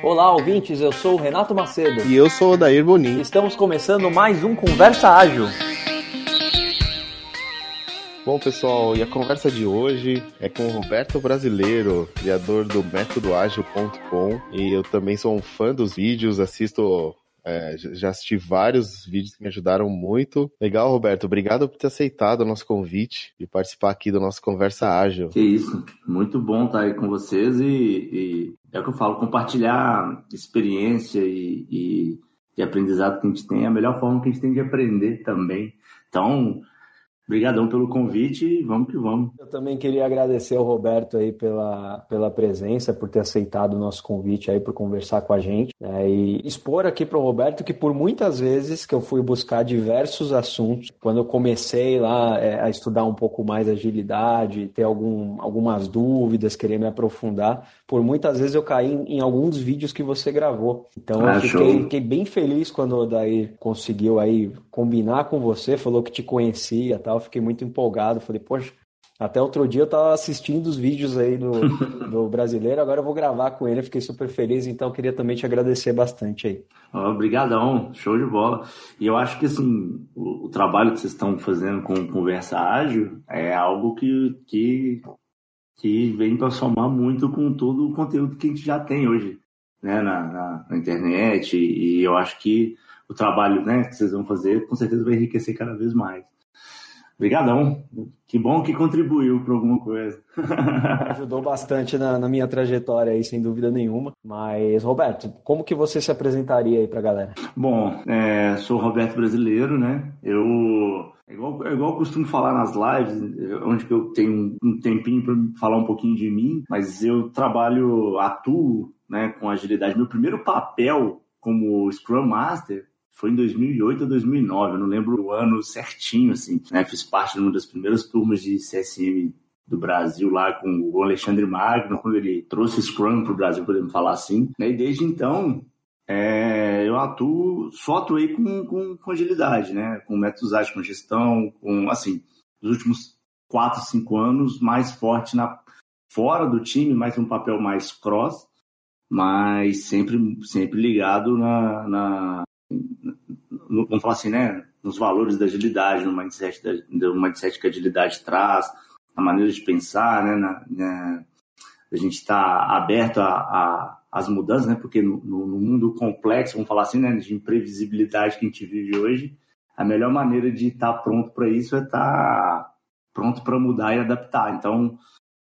Olá, ouvintes, eu sou o Renato Macedo. E eu sou o Odair Bonin. Estamos começando mais um Conversa Ágil. Bom, pessoal, e a conversa de hoje é com o Roberto Brasileiro, criador do métodoagil.com, e eu também sou um fã dos vídeos, já assisti vários vídeos que me ajudaram muito. Legal, Roberto, obrigado por ter aceitado o nosso convite e participar aqui do nosso Conversa Ágil. Que isso, muito bom estar aí com vocês e é o que eu falo, compartilhar experiência e aprendizado que a gente tem é a melhor forma que a gente tem de aprender também. Então, obrigadão pelo convite e vamos que vamos. Eu também queria agradecer ao Roberto aí pela presença, por ter aceitado o nosso convite aí, por conversar com a gente, né, e expor aqui para o Roberto que por muitas vezes que eu fui buscar diversos assuntos, quando eu comecei lá a estudar um pouco mais agilidade, ter algumas dúvidas, querer me aprofundar, por muitas vezes eu caí em alguns vídeos que você gravou. Então eu fiquei bem feliz quando o Odair conseguiu aí combinar com você, falou que te conhecia e tal. Eu fiquei muito empolgado, falei, poxa, até outro dia eu tava assistindo os vídeos aí do brasileiro, agora eu vou gravar com ele, eu fiquei super feliz, então eu queria também te agradecer bastante aí. Obrigadão, show de bola. E eu acho que assim, o trabalho que vocês estão fazendo com Conversa Ágil é algo que vem para somar muito com todo o conteúdo que a gente já tem hoje, né, na internet, e eu acho que o trabalho, né, que vocês vão fazer com certeza vai enriquecer cada vez mais. Obrigadão. Que bom que contribuiu para alguma coisa. Ajudou bastante na minha trajetória aí, sem dúvida nenhuma. Mas, Roberto, como que você se apresentaria aí para a galera? Bom, sou o Roberto Brasileiro, né? Igual eu costumo falar nas lives, onde que eu tenho um tempinho para falar um pouquinho de mim, mas eu atuo, né, com agilidade. Meu primeiro papel como Scrum Master foi em 2008 ou 2009, eu não lembro o ano certinho, assim, né? Fiz parte de uma das primeiras turmas de CSM do Brasil lá com o Alexandre Magno, quando ele trouxe Scrum para o Brasil, podemos falar assim, né? E desde então, eu só atuei com agilidade, né? Com métodos ágeis, com gestão, assim, nos últimos 4, 5 anos, mais forte fora do time, mais um papel mais cross, mas sempre ligado vamos falar assim, né, nos valores da agilidade, no mindset que a agilidade traz, na maneira de pensar, né, a gente está aberto às mudanças, né, porque no mundo complexo, vamos falar assim, né, de imprevisibilidade que a gente vive hoje, a melhor maneira de estar pronto para isso é estar pronto para mudar e adaptar. Então,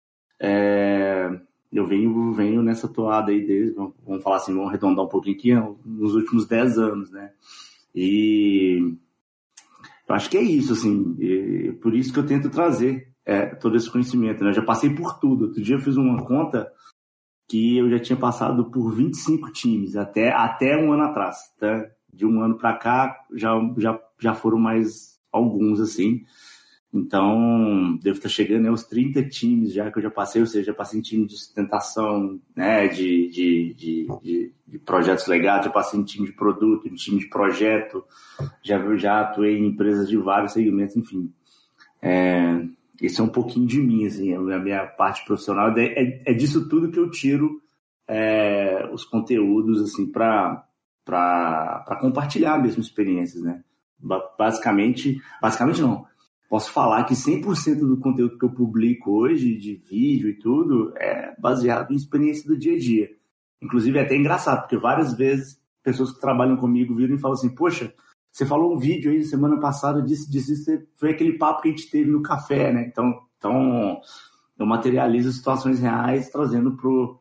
eu venho nessa toada aí vamos falar assim, vamos arredondar um pouquinho aqui, nos últimos 10 anos, né? E eu acho que é isso, assim, por isso que eu tento trazer todo esse conhecimento, né? Eu já passei por tudo. Outro dia eu fiz uma conta que eu já tinha passado por 25 times, até um ano atrás, tá? De um ano para cá, já foram mais alguns, assim. Então, devo estar chegando aos 30 times já que eu já passei, ou seja, já passei em time de sustentação, né, de projetos legais, já passei em time de produto, em time de projeto, já atuei em empresas de vários segmentos, enfim. Esse é um pouquinho de mim, assim, a minha parte profissional, é disso tudo que eu tiro os conteúdos, assim, para compartilhar mesmo experiências, né. Basicamente não. Posso falar que 100% do conteúdo que eu publico hoje, de vídeo e tudo, é baseado em experiência do dia a dia. Inclusive, é até engraçado, porque várias vezes pessoas que trabalham comigo viram e falam assim, poxa, você falou um vídeo aí semana passada, disse foi aquele papo que a gente teve no café, né? Então eu materializo situações reais, trazendo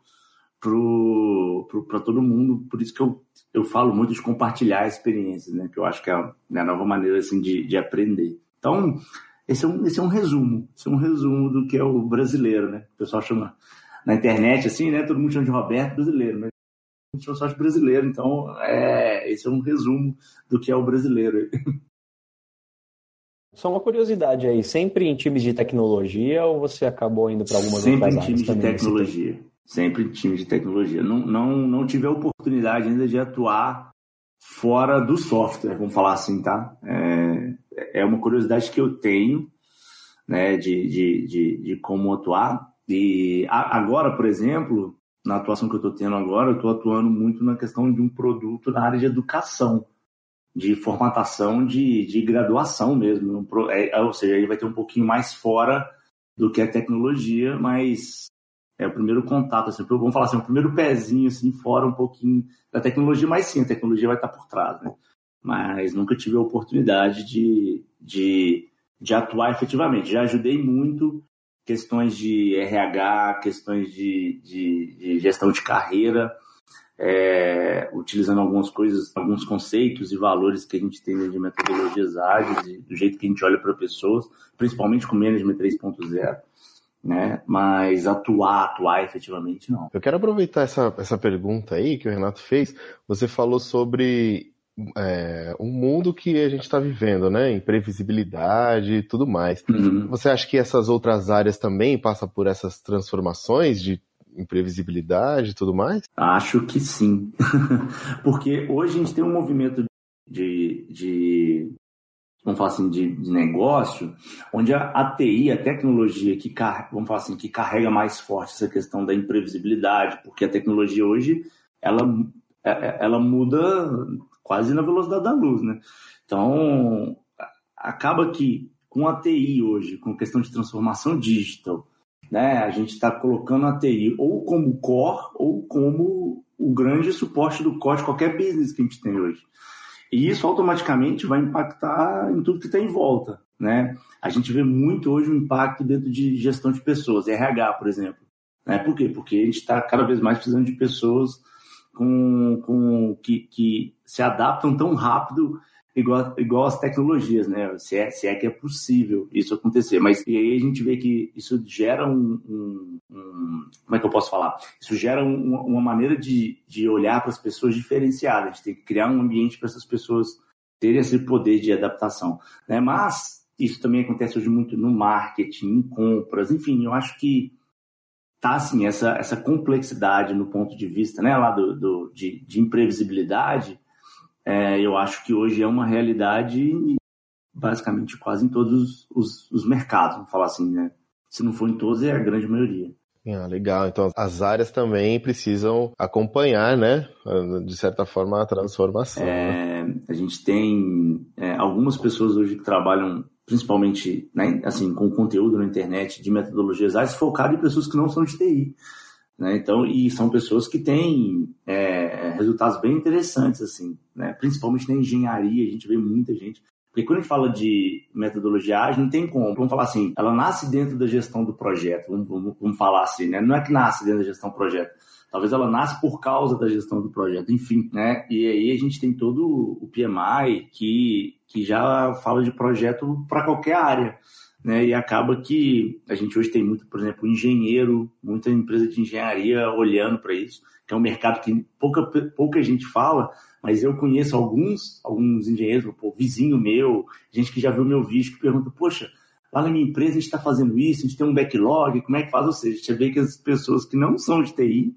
para todo mundo. Por isso que eu falo muito de compartilhar experiências, né? Que eu acho que é a nova maneira, assim, de aprender. Então, esse é um resumo. Esse é um resumo do que é o brasileiro, né? O pessoal chama na internet, assim, né? Todo mundo chama de Roberto Brasileiro, mas a gente chama só de brasileiro. Então, esse é um resumo do que é o brasileiro. Só uma curiosidade aí, sempre em times de tecnologia ou você acabou indo para algumas outras áreas? Sempre em times de tecnologia. Sempre em times de tecnologia. Não tive a oportunidade ainda de atuar fora do software, vamos falar assim, tá? É uma curiosidade que eu tenho, né, de como atuar. E agora, por exemplo, na atuação que eu estou tendo agora, eu estou atuando muito na questão de um produto na área de educação, de formatação de graduação mesmo. Ou seja, ele vai ter um pouquinho mais fora do que a tecnologia, mas é o primeiro contato, assim, vamos falar assim, o primeiro pezinho assim, fora um pouquinho da tecnologia, mas sim, a tecnologia vai estar por trás, né? Mas nunca tive a oportunidade de atuar efetivamente. Já ajudei muito questões de RH, questões de gestão de carreira, utilizando algumas coisas, alguns conceitos e valores que a gente tem de metodologias ágeis e do jeito que a gente olha para pessoas, principalmente com Management 3.0, né? Mas atuar efetivamente não. Eu quero aproveitar essa pergunta aí que o Renato fez. Você falou sobre um mundo que a gente está vivendo, né? Imprevisibilidade e tudo mais. Uhum. Você acha que essas outras áreas também passam por essas transformações de imprevisibilidade e tudo mais? Acho que sim. Porque hoje a gente tem um movimento de vamos falar assim, de negócio, onde a TI, a tecnologia vamos falar assim, que carrega mais forte essa questão da imprevisibilidade, porque a tecnologia hoje, ela muda quase na velocidade da luz, né? Então, acaba que com a TI hoje, com a questão de transformação digital, né, a gente está colocando a TI ou como core ou como o grande suporte do core de qualquer business que a gente tem hoje. E isso automaticamente vai impactar em tudo que está em volta, né? A gente vê muito hoje o impacto dentro de gestão de pessoas, RH, por exemplo. Né? Por quê? Porque a gente está cada vez mais precisando de pessoas que se adaptam tão rápido igual as tecnologias, né? Se é que é possível isso acontecer. Mas e aí a gente vê que isso gera como é que eu posso falar? Isso gera uma maneira de olhar para as pessoas diferenciada. A gente tem que criar um ambiente para essas pessoas terem esse poder de adaptação, né? Mas isso também acontece hoje muito no marketing, em compras, enfim, eu acho que tá assim, essa complexidade no ponto de vista, né, lá de imprevisibilidade. Eu acho que hoje é uma realidade basicamente quase em todos os mercados, vamos falar assim, né? Se não for em todos, é a grande maioria. Legal. Então, as áreas também precisam acompanhar, né? De certa forma, a transformação. A gente tem algumas pessoas hoje que trabalham principalmente, né, assim, com conteúdo na internet de metodologias ágeis focado em pessoas que não são de TI. Né? Então, e são pessoas que têm resultados bem interessantes, assim, né? Principalmente na engenharia, a gente vê muita gente. Porque quando a gente fala de metodologia ágil, não tem como. Vamos falar assim, ela nasce dentro da gestão do projeto, vamos falar assim, né? Não é que nasce dentro da gestão do projeto. Talvez ela nasce por causa da gestão do projeto, enfim, né? E aí a gente tem todo o PMI que já fala de projeto para qualquer área. Né, e acaba que a gente hoje tem muito, por exemplo, engenheiro, muita empresa de engenharia olhando para isso, que é um mercado que pouca gente fala, mas eu conheço alguns engenheiros, vizinho meu, gente que já viu meu vídeo, que pergunta, poxa, lá na minha empresa a gente está fazendo isso, a gente tem um backlog, como é que faz? Ou seja, a gente vê que as pessoas que não são de TI,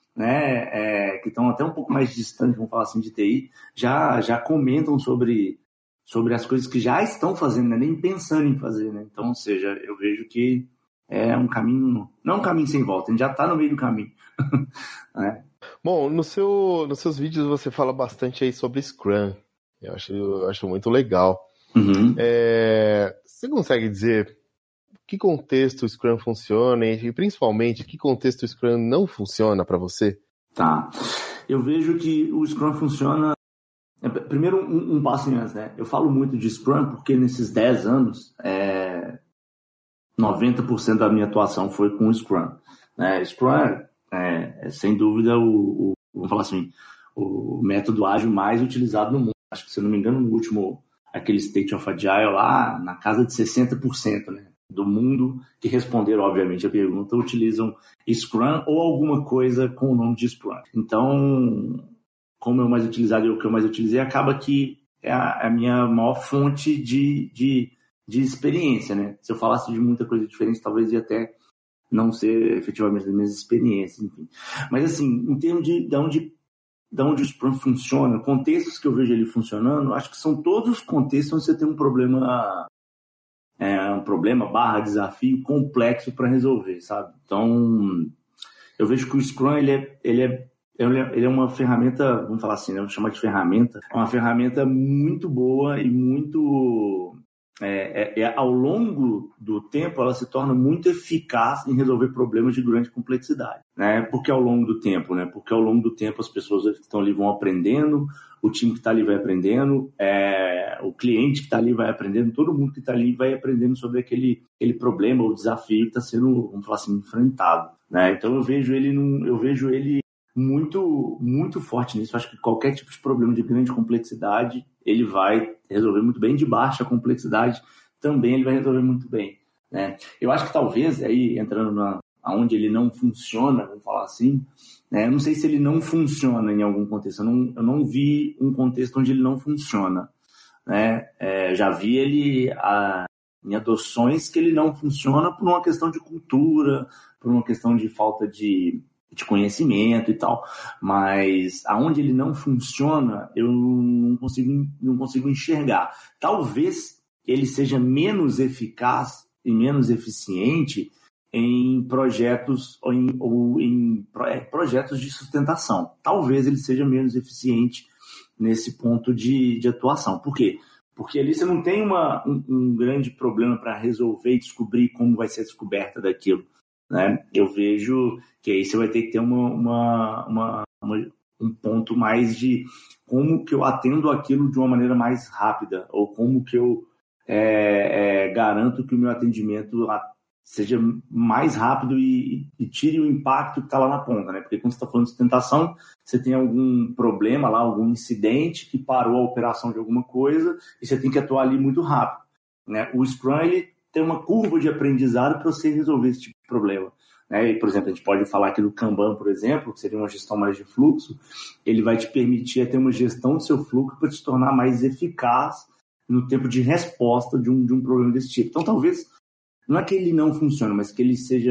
né, que estão até um pouco mais distantes, vamos falar assim, de TI, já comentam sobre as coisas que já estão fazendo, né? Nem pensando em fazer, né? Então, ou seja, eu vejo que é um caminho, não um caminho sem volta, a gente já está no meio do caminho. Né? Bom, nos seus vídeos você fala bastante aí sobre Scrum, eu acho muito legal. Uhum. Você consegue dizer que contexto o Scrum funciona e principalmente que contexto o Scrum não funciona para você? Tá, eu vejo que o Scrum funciona. Primeiro, um passo antes, né? Eu falo muito de Scrum porque nesses 10 anos, 90% da minha atuação foi com o Scrum. Né? Scrum é sem dúvida, vamos falar assim, o método ágil mais utilizado no mundo. Acho que, se eu não me engano, no último, aquele State of Agile lá, na casa de 60%, né? Do mundo que responderam, obviamente, a pergunta, utilizam Scrum ou alguma coisa com o nome de Scrum. Então, como é o mais utilizado e o que eu mais utilizei, acaba que é a minha maior fonte de experiência, né? Se eu falasse de muita coisa diferente, talvez ia até não ser efetivamente das minhas experiências, enfim. Mas, assim, em termos de onde o Scrum funciona, contextos que eu vejo ele funcionando, acho que são todos os contextos onde você tem um problema / desafio complexo para resolver, sabe? Então, Eu vejo que o Scrum, ele é uma ferramenta, vamos falar assim, né? Vamos chamar de ferramenta. É uma ferramenta muito boa e muito... ao longo do tempo, ela se torna muito eficaz em resolver problemas de grande complexidade, né? Por que ao longo do tempo, né? Porque ao longo do tempo as pessoas que estão ali vão aprendendo, o time que está ali vai aprendendo, o cliente que está ali vai aprendendo, todo mundo que está ali vai aprendendo sobre aquele problema ou desafio que está sendo, vamos falar assim, enfrentado, né? Então eu vejo ele muito, muito forte nisso. Acho que qualquer tipo de problema de grande complexidade ele vai resolver muito bem, de baixa complexidade também ele vai resolver muito bem, né? Eu acho que talvez, aí entrando aonde ele não funciona, vamos falar assim, né? Eu não sei se ele não funciona em algum contexto, eu não vi um contexto onde ele não funciona, né? Já vi ele em adoções que ele não funciona por uma questão de cultura, por uma questão de falta de conhecimento e tal, mas aonde ele não funciona, eu não consigo enxergar. Talvez ele seja menos eficaz e menos eficiente em projetos ou em projetos de sustentação. Talvez ele seja menos eficiente nesse ponto de atuação. Por quê? Porque ali você não tem um grande problema para resolver e descobrir como vai ser a descoberta daquilo, né? Eu vejo que aí você vai ter que ter um ponto mais de como que eu atendo aquilo de uma maneira mais rápida, ou como que eu garanto que o meu atendimento seja mais rápido e tire o impacto que está lá na ponta, né? Porque quando você está falando de sustentação, você tem algum problema lá, algum incidente que parou a operação de alguma coisa e você tem que atuar ali muito rápido, né? O Scrum, ele tem uma curva de aprendizado para você resolver esse tipo de problema, né? E, por exemplo, a gente pode falar aqui do Kanban, por exemplo, que seria uma gestão mais de fluxo. Ele vai te permitir ter uma gestão do seu fluxo para te tornar mais eficaz no tempo de resposta de um problema desse tipo. Então, talvez, não é que ele não funcione, mas que ele seja,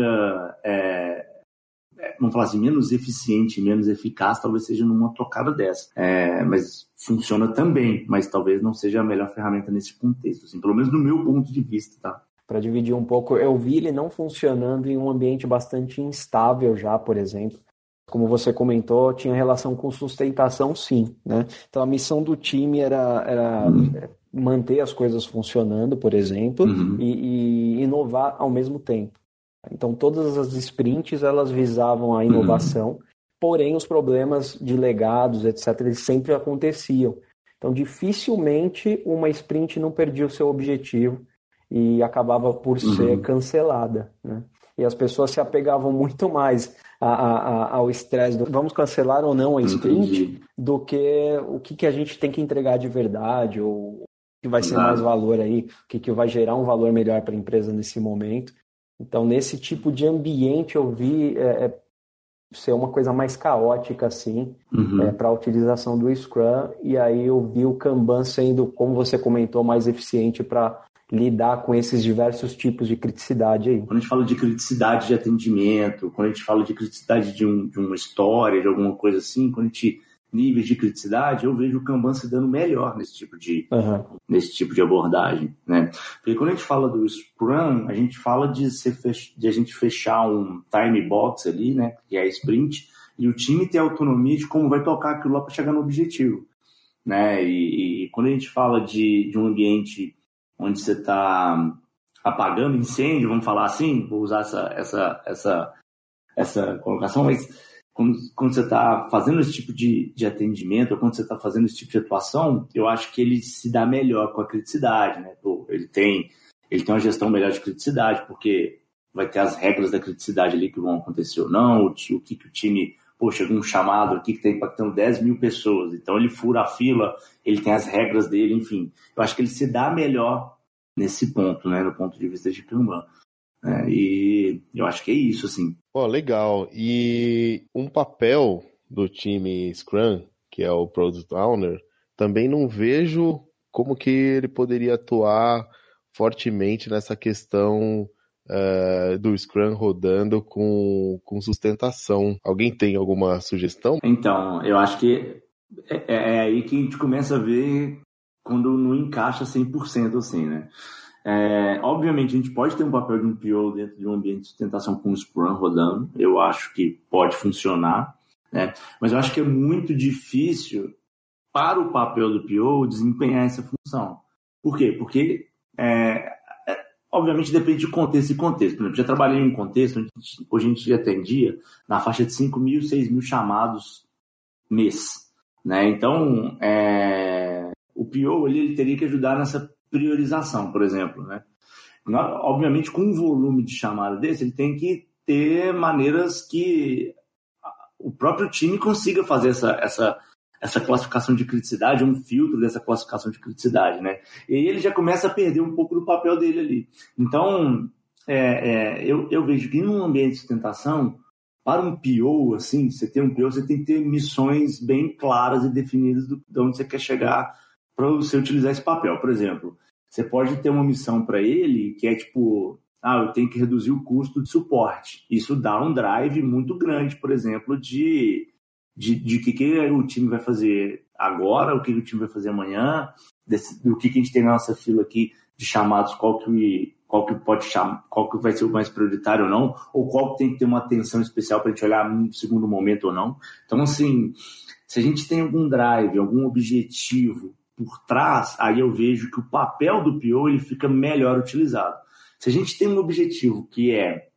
vamos falar assim, menos eficiente, menos eficaz, talvez seja numa tocada dessa. Mas funciona também, mas talvez não seja a melhor ferramenta nesse contexto, assim, pelo menos no meu ponto de vista, tá? Para dividir um pouco, eu vi ele não funcionando em um ambiente bastante instável já, por exemplo. Como você comentou, tinha relação com sustentação, sim, né? Então a missão do time era manter as coisas funcionando, por exemplo, e inovar ao mesmo tempo. Então todas as sprints elas visavam a inovação, porém os problemas de legados, etc., eles sempre aconteciam. Então dificilmente uma sprint não perdia o seu objetivo e acabava por ser cancelada, né? E as pessoas se apegavam muito mais ao estresse do vamos cancelar ou não a sprint do que o que a gente tem que entregar de verdade, ou o que vai ser mais valor aí, o que vai gerar um valor melhor para a empresa nesse momento. Então, nesse tipo de ambiente, eu vi ser uma coisa mais caótica, assim, para a utilização do Scrum, e aí eu vi o Kanban sendo, como você comentou, mais eficiente para lidar com esses diversos tipos de criticidade aí. Quando a gente fala de criticidade de atendimento, quando a gente fala de criticidade de uma história, de alguma coisa assim, quando a gente níveis de criticidade, eu vejo o Kanban se dando melhor nesse tipo de abordagem, né? Porque quando a gente fala do Scrum, a gente fala de a gente fechar um time box ali, né, que é a sprint, e o time ter autonomia de como vai tocar aquilo lá para chegar no objetivo, né? E quando a gente fala de um ambiente onde você está apagando incêndio, vamos falar assim, vou usar essa colocação, mas quando você está fazendo esse tipo de atendimento, ou quando você está fazendo esse tipo de atuação, eu acho que ele se dá melhor com a criticidade, né? Ele tem uma gestão melhor de criticidade, porque vai ter as regras da criticidade ali que vão acontecer ou não, o que o time... chegou um chamado aqui que está impactando 10 mil pessoas, então ele fura a fila, ele tem as regras dele, enfim. Eu acho que ele se dá melhor nesse ponto, né, do ponto de vista de Kanban. E eu acho que é isso, assim. Legal. E um papel do time Scrum, que é o Product Owner, também não vejo como que ele poderia atuar fortemente nessa questão do Scrum rodando com sustentação. Alguém tem alguma sugestão? Então, eu acho que é aí que a gente começa a ver quando não encaixa 100% assim, né? Obviamente, a gente pode ter um papel de um PO dentro de um ambiente de sustentação com o Scrum rodando. Eu acho que pode funcionar, né? Mas eu acho que é muito difícil para o papel do PO desempenhar essa função. Por quê? Porque, obviamente, depende de contexto e contexto. Por exemplo, já trabalhei em um contexto onde hoje a gente atendia na faixa de 5.000, 6.000 chamados mês, né? Então, o PO ele teria que ajudar nessa priorização, por exemplo, né? Obviamente, com um volume de chamada desse, ele tem que ter maneiras que o próprio time consiga fazer essa classificação de criticidade, um filtro dessa classificação de criticidade, né? E aí ele já começa a perder um pouco do papel dele ali. Então, eu vejo que num ambiente de sustentação, para um PO, assim, você tem um PO, você tem que ter missões bem claras e definidas de onde você quer chegar para você utilizar esse papel. Por exemplo, você pode ter uma missão para ele que é tipo, eu tenho que reduzir o custo de suporte. Isso dá um drive muito grande, por exemplo, de que o time vai fazer agora, o que o time vai fazer amanhã, do que a gente tem na nossa fila aqui de chamados, qual que pode chamar, qual que vai ser o mais prioritário ou não, ou qual que tem que ter uma atenção especial para a gente olhar no segundo momento ou não. Então, assim, se a gente tem algum drive, algum objetivo por trás, aí eu vejo que o papel do PO ele fica melhor utilizado. Se a gente tem um objetivo que é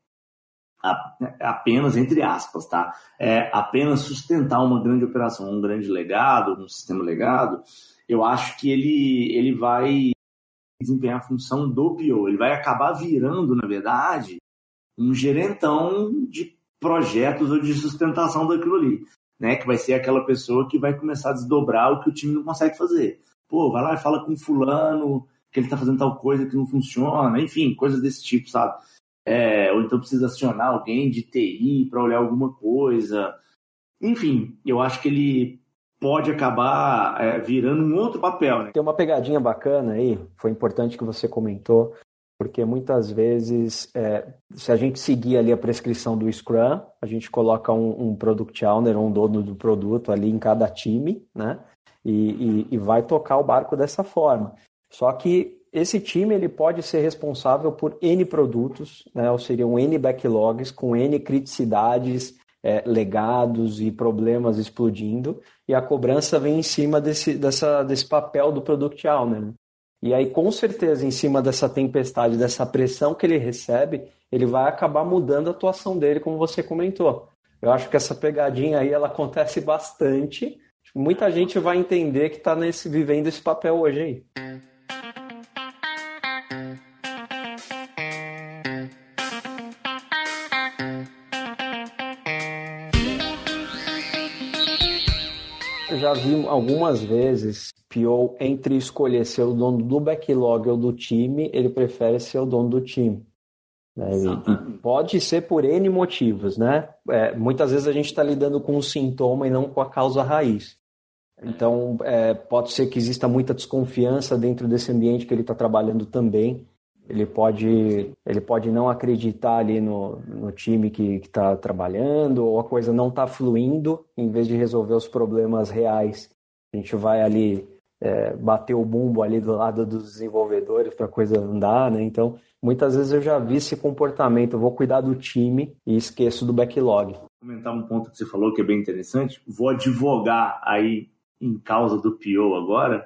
apenas, entre aspas, tá? Apenas sustentar uma grande operação, um grande legado, um sistema legado, eu acho que ele vai desempenhar a função do PO. Ele vai acabar virando, na verdade, um gerentão de projetos ou de sustentação daquilo ali, né? Que vai ser aquela pessoa que vai começar a desdobrar o que o time não consegue fazer. Pô, vai lá e fala com fulano que ele tá fazendo tal coisa que não funciona, enfim, coisas desse tipo, sabe? Ou então precisa acionar alguém de TI para olhar alguma coisa. Enfim, eu acho que ele pode acabar virando um outro papel, né? Tem uma pegadinha bacana aí, foi importante que você comentou, porque muitas vezes, se a gente seguir ali a prescrição do Scrum, a gente coloca um Product Owner, um dono do produto ali em cada time, né? E vai tocar o barco dessa forma. Só que esse time ele pode ser responsável por N produtos, né? Ou seriam N backlogs com N criticidades, legados e problemas explodindo, e a cobrança vem em cima desse papel do Product Owner, né? E aí, com certeza, em cima dessa tempestade, dessa pressão que ele recebe, ele vai acabar mudando a atuação dele, como você comentou. Eu acho que essa pegadinha aí, ela acontece bastante. Muita gente vai entender que está vivendo esse papel hoje aí. Eu já vi algumas vezes PO entre escolher ser o dono do backlog ou do time, ele prefere ser o dono do time. E pode ser por N motivos, né? Muitas vezes a gente está lidando com um sintoma e não com a causa raiz. Então, pode ser que exista muita desconfiança dentro desse ambiente que ele está trabalhando também. Ele pode não acreditar ali no time que está trabalhando, ou a coisa não está fluindo, em vez de resolver os problemas reais. A gente vai ali bater o bumbo ali do lado dos desenvolvedores para a coisa andar, né? Então, muitas vezes eu já vi esse comportamento, eu vou cuidar do time e esqueço do backlog. Vou comentar um ponto que você falou que é bem interessante, vou advogar aí em causa do PO agora.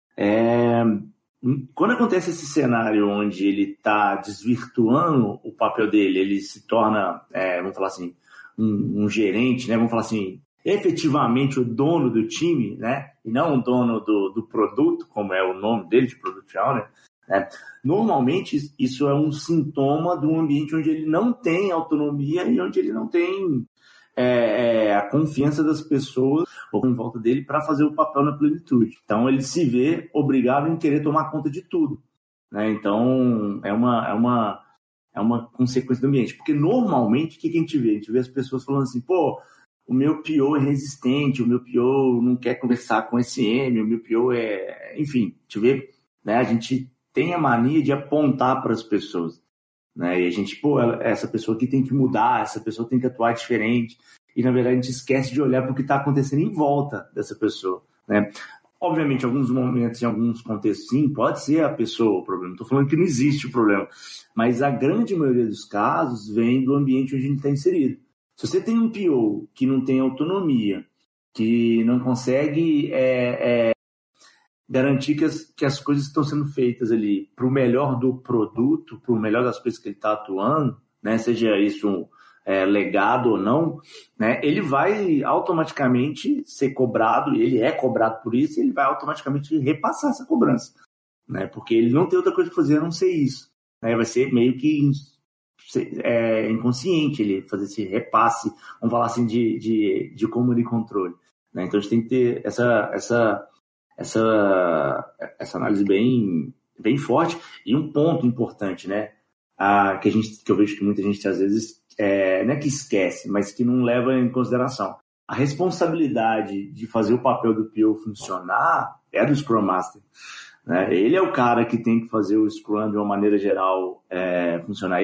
Quando acontece esse cenário onde ele está desvirtuando o papel dele, ele se torna, vamos falar assim, um gerente, né? Vamos falar assim, efetivamente o dono do time, né? E não o dono do produto, como é o nome dele, de Product Owner, né? Normalmente isso é um sintoma de um ambiente onde ele não tem autonomia e onde ele não tem a confiança das pessoas ou em volta dele para fazer o papel na plenitude. Então ele se vê obrigado em querer tomar conta de tudo, né? Então é uma consequência do ambiente, porque normalmente o que a gente vê? A gente vê as pessoas falando assim, pô, o meu PO é resistente, o meu PO não quer conversar com SM, o meu PO enfim, a gente vê, né? A gente tem a mania de apontar para as pessoas, né? E a gente, essa pessoa aqui tem que mudar, essa pessoa tem que atuar diferente. E, na verdade, a gente esquece de olhar para o que está acontecendo em volta dessa pessoa, né? Obviamente, em alguns momentos, em alguns contextos, sim, pode ser a pessoa o problema. Não estou falando que não existe o problema. Mas a grande maioria dos casos vem do ambiente onde a gente está inserido. Se você tem um PO que não tem autonomia, que não consegue garantir que as coisas estão sendo feitas ali para o melhor do produto, para o melhor das coisas que ele está atuando, né, seja isso legado ou não, né, ele vai automaticamente ser cobrado, e ele é cobrado por isso, e ele vai automaticamente repassar essa cobrança, né, porque ele não tem outra coisa para fazer a não ser isso. Né, vai ser meio que inconsciente ele fazer esse repasse, vamos falar assim, de comando e controle. Né, então a gente tem que ter essa análise bem forte. E um ponto importante, né, que eu vejo que muita gente às vezes não é que esquece, mas que não leva em consideração. A responsabilidade de fazer o papel do PO funcionar é do Scrum Master. Né? Ele é o cara que tem que fazer o Scrum de uma maneira geral funcionar.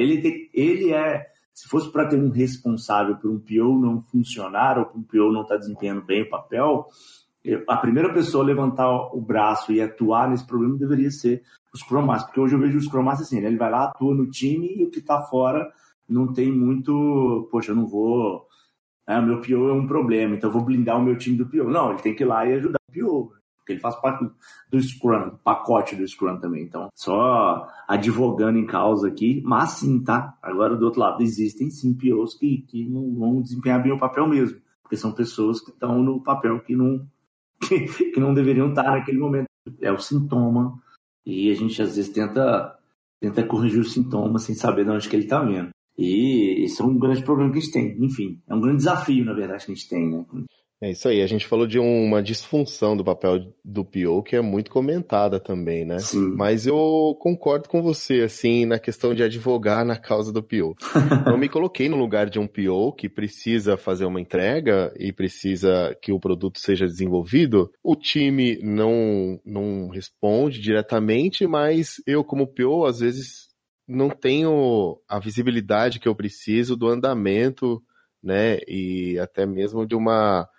Se fosse para ter um responsável por um PO não funcionar ou por um PO não estar desempenhando bem o papel, a primeira pessoa a levantar o braço e atuar nesse problema deveria ser o Scrum Master, porque hoje eu vejo o Scrum Master assim, né? Ele vai lá, atua no time e o que está fora não tem muito, poxa, eu não vou, o meu PO é um problema, então eu vou blindar o meu time do PO. Não, ele tem que ir lá e ajudar o PO, porque ele faz parte do Scrum, do pacote do Scrum também. Então, só advogando em causa aqui, mas sim, tá? Agora, do outro lado, existem sim POs que não vão desempenhar bem o papel mesmo, porque são pessoas que estão no papel que não deveriam estar naquele momento. É o sintoma, e a gente às vezes tenta corrigir o sintoma sem saber de onde que ele está vindo. E esse é um grande problema que a gente tem. Enfim, é um grande desafio, na verdade, que a gente tem, né? É isso aí, a gente falou de uma disfunção do papel do PO que é muito comentada também, né? Sim. Mas eu concordo com você, assim, na questão de advogar na causa do PO. Eu me coloquei no lugar de um PO que precisa fazer uma entrega e precisa que o produto seja desenvolvido. O time não responde diretamente, mas eu, como PO, às vezes não tenho a visibilidade que eu preciso do andamento, né? E até mesmo de uma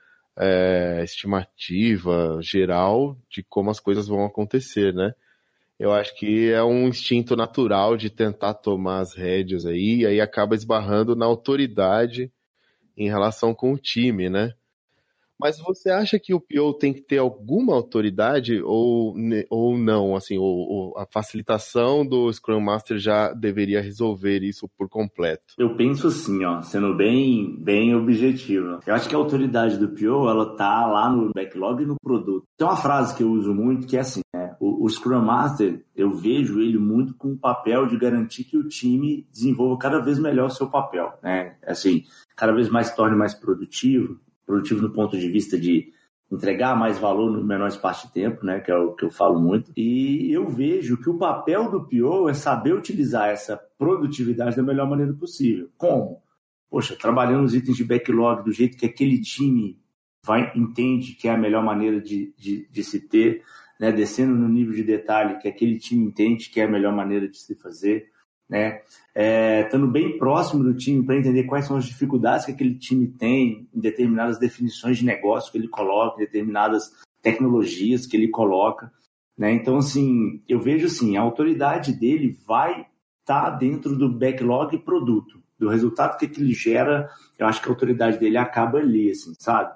estimativa geral de como as coisas vão acontecer, né? Eu acho que é um instinto natural de tentar tomar as rédeas aí, e aí acaba esbarrando na autoridade em relação com o time, né? Mas você acha que o PO tem que ter alguma autoridade ou não? Assim, a facilitação do Scrum Master já deveria resolver isso por completo? Eu penso assim, sendo bem objetivo. Eu acho que a autoridade do PO, ela tá lá no backlog e no produto. Tem uma frase que eu uso muito que é assim, né? O Scrum Master, eu vejo ele muito com o papel de garantir que o time desenvolva cada vez melhor o seu papel, né? Assim, cada vez mais torne mais produtivo no ponto de vista de entregar mais valor no menor espaço de tempo, né, que é o que eu falo muito. E eu vejo que o papel do PO é saber utilizar essa produtividade da melhor maneira possível. Como? Poxa, trabalhando os itens de backlog do jeito que aquele time entende que é a melhor maneira de se ter, né, descendo no nível de detalhe que aquele time entende que é a melhor maneira de se fazer, né? Estando bem próximo do time para entender quais são as dificuldades que aquele time tem em determinadas definições de negócio que ele coloca, em determinadas tecnologias que ele coloca, né? Então, assim, eu vejo assim, a autoridade dele vai estar dentro do backlog e produto, do resultado que ele gera. Eu acho que a autoridade dele acaba ali, assim, sabe?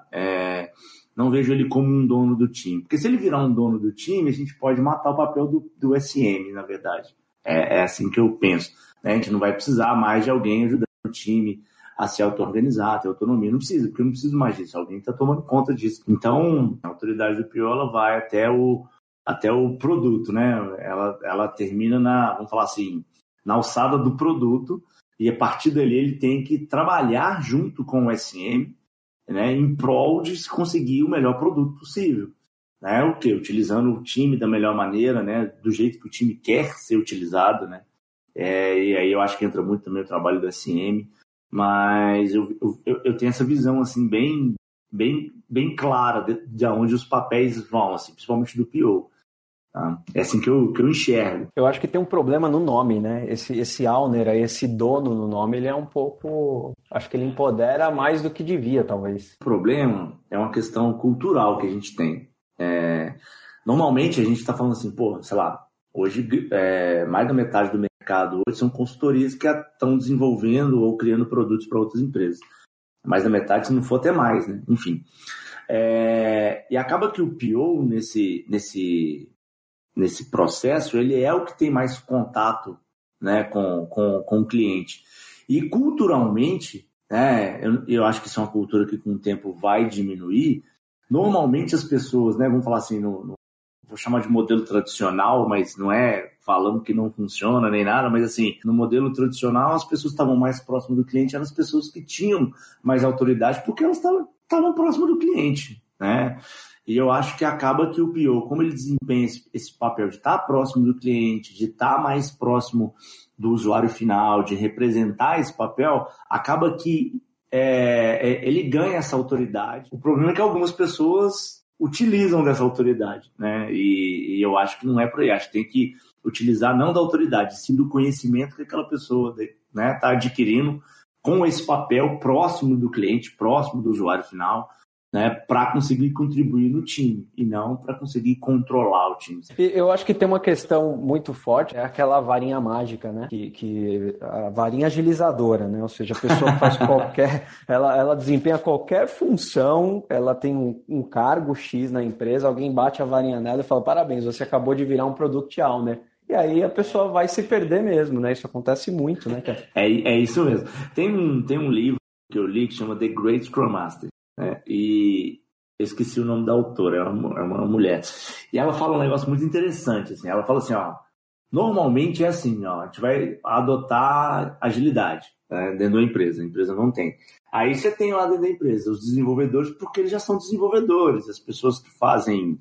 Não vejo ele como um dono do time, porque se ele virar um dono do time, a gente pode matar o papel do SM, na verdade. É assim que eu penso, né? A gente não vai precisar mais de alguém ajudando o time a se auto-organizar, a ter autonomia. Não precisa, porque eu não preciso mais disso. Alguém está tomando conta disso. Então, a autoridade do PO, ela vai até o produto, né? Ela termina vamos falar assim, na alçada do produto, e a partir dali ele tem que trabalhar junto com o SM, né, em prol de se conseguir o melhor produto possível. Né? O quê? Utilizando o time da melhor maneira, né? Do jeito que o time quer ser utilizado, né? E aí eu acho que entra muito também o trabalho do SM, mas eu tenho essa visão assim, bem clara de onde os papéis vão, assim, principalmente do PO. Tá? É assim que eu enxergo. Eu acho que tem um problema no nome, né? Esse owner, esse dono no nome, ele é um pouco... Acho que ele empodera mais do que devia, talvez. O problema é uma questão cultural que a gente tem. Normalmente a gente está falando assim, sei lá, hoje mais da metade do mercado hoje são consultorias que estão desenvolvendo ou criando produtos para outras empresas. Mais da metade, se não for até mais, né? Enfim. E acaba que o PO nesse processo, ele é o que tem mais contato, né, com o cliente. E culturalmente, né, eu acho que isso é uma cultura que com o tempo vai diminuir. Normalmente as pessoas, né, vamos falar assim, vou chamar de modelo tradicional, mas não é falando que não funciona nem nada, mas assim, no modelo tradicional as pessoas estavam mais próximas do cliente, eram as pessoas que tinham mais autoridade, porque elas estavam próximas do cliente, né? E eu acho que acaba que o PO, como ele desempenha esse papel de estar próximo do cliente, de estar mais próximo do usuário final, de representar esse papel, acaba que ele ganha essa autoridade. O problema é que algumas pessoas utilizam dessa autoridade, né? E eu acho que não é por aí. Acho que tem que utilizar não da autoridade, sim do conhecimento que aquela pessoa, né, está adquirindo com esse papel próximo do cliente, próximo do usuário final, né, para conseguir contribuir no time e não para conseguir controlar o time. Eu acho que tem uma questão muito forte, é aquela varinha mágica, né? Que a varinha agilizadora, né? Ou seja, a pessoa faz ela desempenha qualquer função, ela tem um cargo X na empresa, alguém bate a varinha nela e fala, parabéns, você acabou de virar um product owner. E aí a pessoa vai se perder mesmo, né? Isso acontece muito, né, cara? É isso mesmo. Tem um livro que eu li que chama The Great Scrum Master. E eu esqueci o nome da autora, é uma mulher. E ela fala um negócio muito interessante, assim. Ela fala assim, normalmente é assim, a gente vai adotar agilidade, né, dentro da empresa. A empresa não tem. Aí você tem lá dentro da empresa os desenvolvedores, porque eles já são desenvolvedores. As pessoas que fazem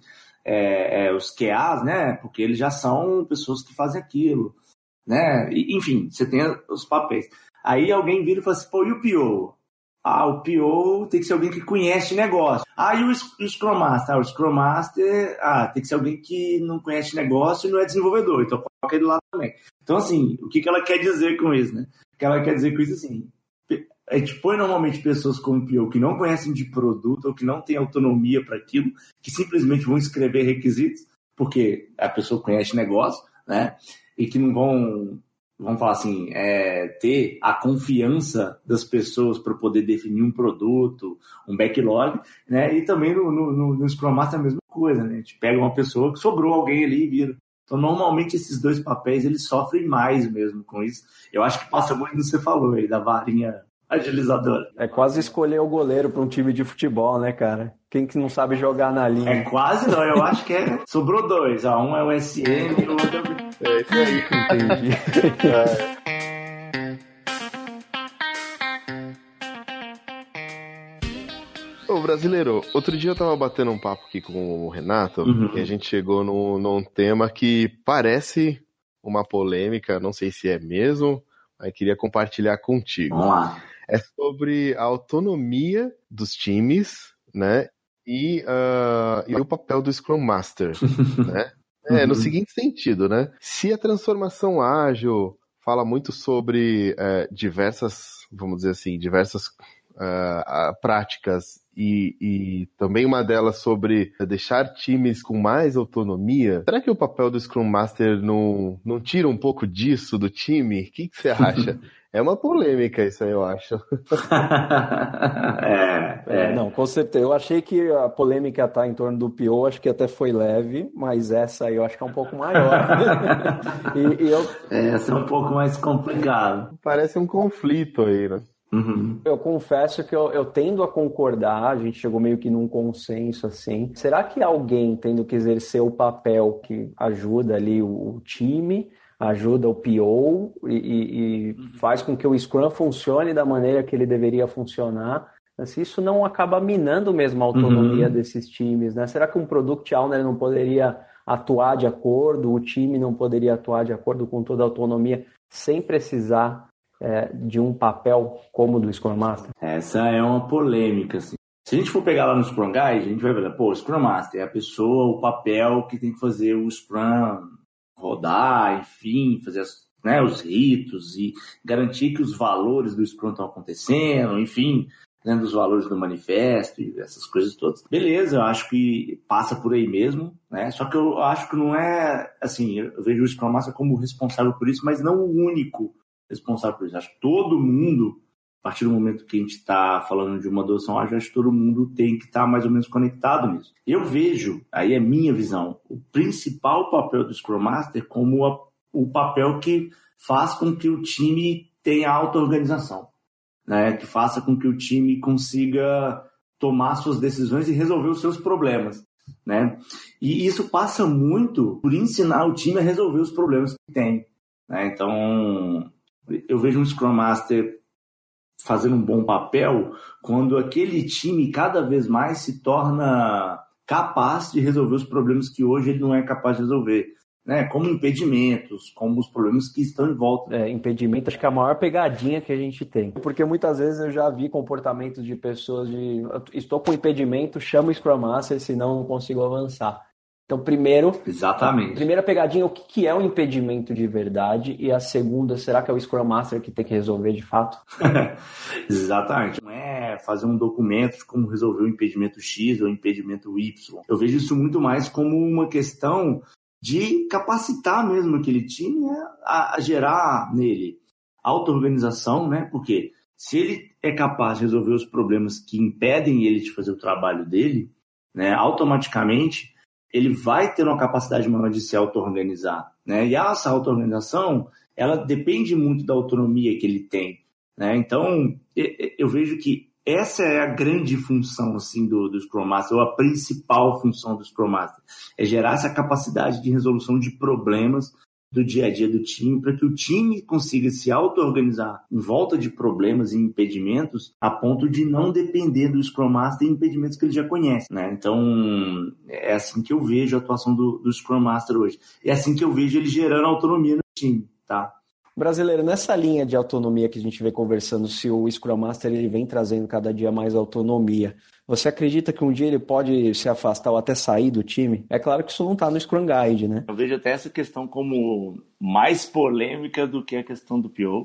os QAs, né, porque eles já são pessoas que fazem aquilo, né? E, enfim, você tem os papéis. Aí alguém vira e fala assim, e o PO? O PO tem que ser alguém que conhece negócio. E o Scrum Master? O Scrum Master tem que ser alguém que não conhece negócio e não é desenvolvedor. Então, coloca ele lá também. Então, assim, o que ela quer dizer com isso, né? O que ela quer dizer com isso, assim, a gente põe normalmente pessoas como PO que não conhecem de produto ou que não têm autonomia para aquilo, que simplesmente vão escrever requisitos, porque a pessoa conhece negócio, né? E que não vamos falar assim, ter a confiança das pessoas para poder definir um produto, um backlog, né? E também no Scrum Master é a mesma coisa, né? A gente pega uma pessoa que sobrou alguém ali e vira. Então, normalmente, esses dois papéis, eles sofrem mais mesmo com isso. Eu acho que passa muito do que você falou aí, da varinha agilizadora. É quase escolher o goleiro para um time de futebol, né, cara? Quem que não sabe jogar na linha? É quase não, eu acho que sobrou dois. Um é o SM e o outro é isso aí. Entendi. Ô, brasileiro, outro dia eu tava batendo um papo aqui com o Renato e a gente chegou num tema que parece uma polêmica, não sei se é mesmo, mas queria compartilhar contigo. Vamos lá. É sobre a autonomia dos times, né? E o papel do Scrum Master, né? No seguinte sentido, né? Se a transformação ágil fala muito sobre diversas, vamos dizer assim, práticas e também uma delas sobre deixar times com mais autonomia, será que o papel do Scrum Master não tira um pouco disso do time? O que você acha? É uma polêmica isso aí, eu acho. Não, com certeza. Eu achei que a polêmica tá em torno do PO, acho que até foi leve, mas essa aí eu acho que é um pouco maior. Essa é um pouco mais complicada. Parece um conflito aí, né? Eu confesso que eu tendo a concordar, a gente chegou meio que num consenso assim. Será que alguém tendo que exercer o papel que ajuda ali o time, ajuda o PO e faz com que o Scrum funcione da maneira que ele deveria funcionar, se isso não acaba minando mesmo a autonomia desses times, né? Será que um Product Owner não poderia atuar de acordo, o time não poderia atuar de acordo com toda a autonomia, sem precisar de um papel como o do Scrum Master? Essa é uma polêmica, assim. Se a gente for pegar lá no Scrum Guide, a gente vai ver, o Scrum Master é a pessoa, o papel que tem que fazer o Scrum rodar, enfim, fazer os ritos e garantir que os valores do Scrum estão acontecendo, enfim, lendo os valores do manifesto e essas coisas todas. Beleza, eu acho que passa por aí mesmo, né? Só que eu acho que não é, assim, eu vejo o Scrum Master como responsável por isso, mas não o único responsável por isso. Acho que todo mundo, a partir do momento que a gente está falando de uma adoção ágil, acho que todo mundo tem que estar mais ou menos conectado nisso. Eu vejo, aí é minha visão, o principal papel do Scrum Master como o papel que faz com que o time tenha auto-organização, né? Que faça com que o time consiga tomar suas decisões e resolver os seus problemas, né? E isso passa muito por ensinar o time a resolver os problemas que tem, né? Então, eu vejo um Scrum Master fazendo um bom papel quando aquele time cada vez mais se torna capaz de resolver os problemas que hoje ele não é capaz de resolver, né? Como impedimentos, como os problemas que estão em volta. Impedimento acho que é a maior pegadinha que a gente tem. Porque muitas vezes eu já vi comportamentos de pessoas de estou com impedimento, chamo o Scrum Master, senão não consigo avançar. Então, Exatamente. Primeira pegadinha, o que é um impedimento de verdade? E a segunda, será que é o Scrum Master que tem que resolver de fato? Exatamente. Não é fazer um documento de como resolver o impedimento X ou o impedimento Y. Eu vejo isso muito mais como uma questão de capacitar mesmo aquele time a gerar nele auto-organização, né? Porque se ele é capaz de resolver os problemas que impedem ele de fazer o trabalho dele, né, automaticamente ele vai ter uma capacidade maior de se auto-organizar, né? E essa auto-organização, ela depende muito da autonomia que ele tem, né? Então, eu vejo que essa é a grande função assim, do Scrum Master, ou a principal função do Scrum Master, é gerar essa capacidade de resolução de problemas do dia a dia do time, para que o time consiga se auto-organizar em volta de problemas e impedimentos, a ponto de não depender do Scrum Master e impedimentos que ele já conhece, né? Então, é assim que eu vejo a atuação do Scrum Master hoje. É assim que eu vejo ele gerando autonomia no time, tá? Brasileiro, nessa linha de autonomia que a gente vem conversando, se o Scrum Master ele vem trazendo cada dia mais autonomia, você acredita que um dia ele pode se afastar ou até sair do time? É claro que isso não está no Scrum Guide, né? Eu vejo até essa questão como mais polêmica do que a questão do PO.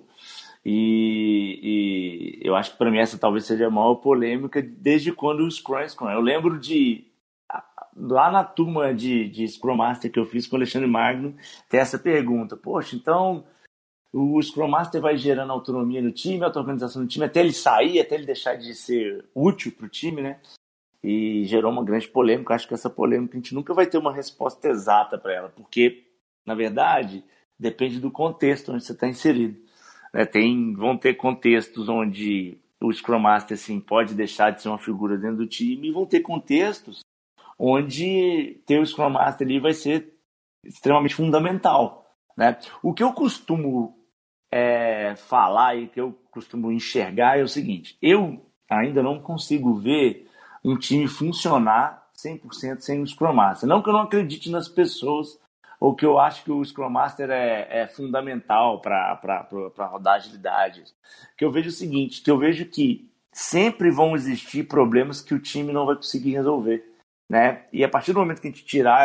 E eu acho que para mim essa talvez seja a maior polêmica desde quando o Scrum é Scrum. Eu lembro lá na turma de Scrum Master que eu fiz com o Alexandre Magno, ter essa pergunta. Poxa, então o Scrum Master vai gerando autonomia no time, auto-organização no time, até ele sair, até ele deixar de ser útil para o time, né? E gerou uma grande polêmica. Acho que essa polêmica a gente nunca vai ter uma resposta exata para ela, porque, na verdade, depende do contexto onde você está inserido. Vão ter contextos onde o Scrum Master assim, pode deixar de ser uma figura dentro do time, e vão ter contextos onde ter o Scrum Master ali vai ser extremamente fundamental, né? O que eu costumo falar e que eu costumo enxergar é o seguinte: eu ainda não consigo ver um time funcionar 100% sem o Scrum Master. Não que eu não acredite nas pessoas, ou que eu acho que o Scrum Master é fundamental para rodar agilidade. Que eu vejo o seguinte, que eu vejo que sempre vão existir problemas que o time não vai conseguir resolver, né? E a partir do momento que a gente tirar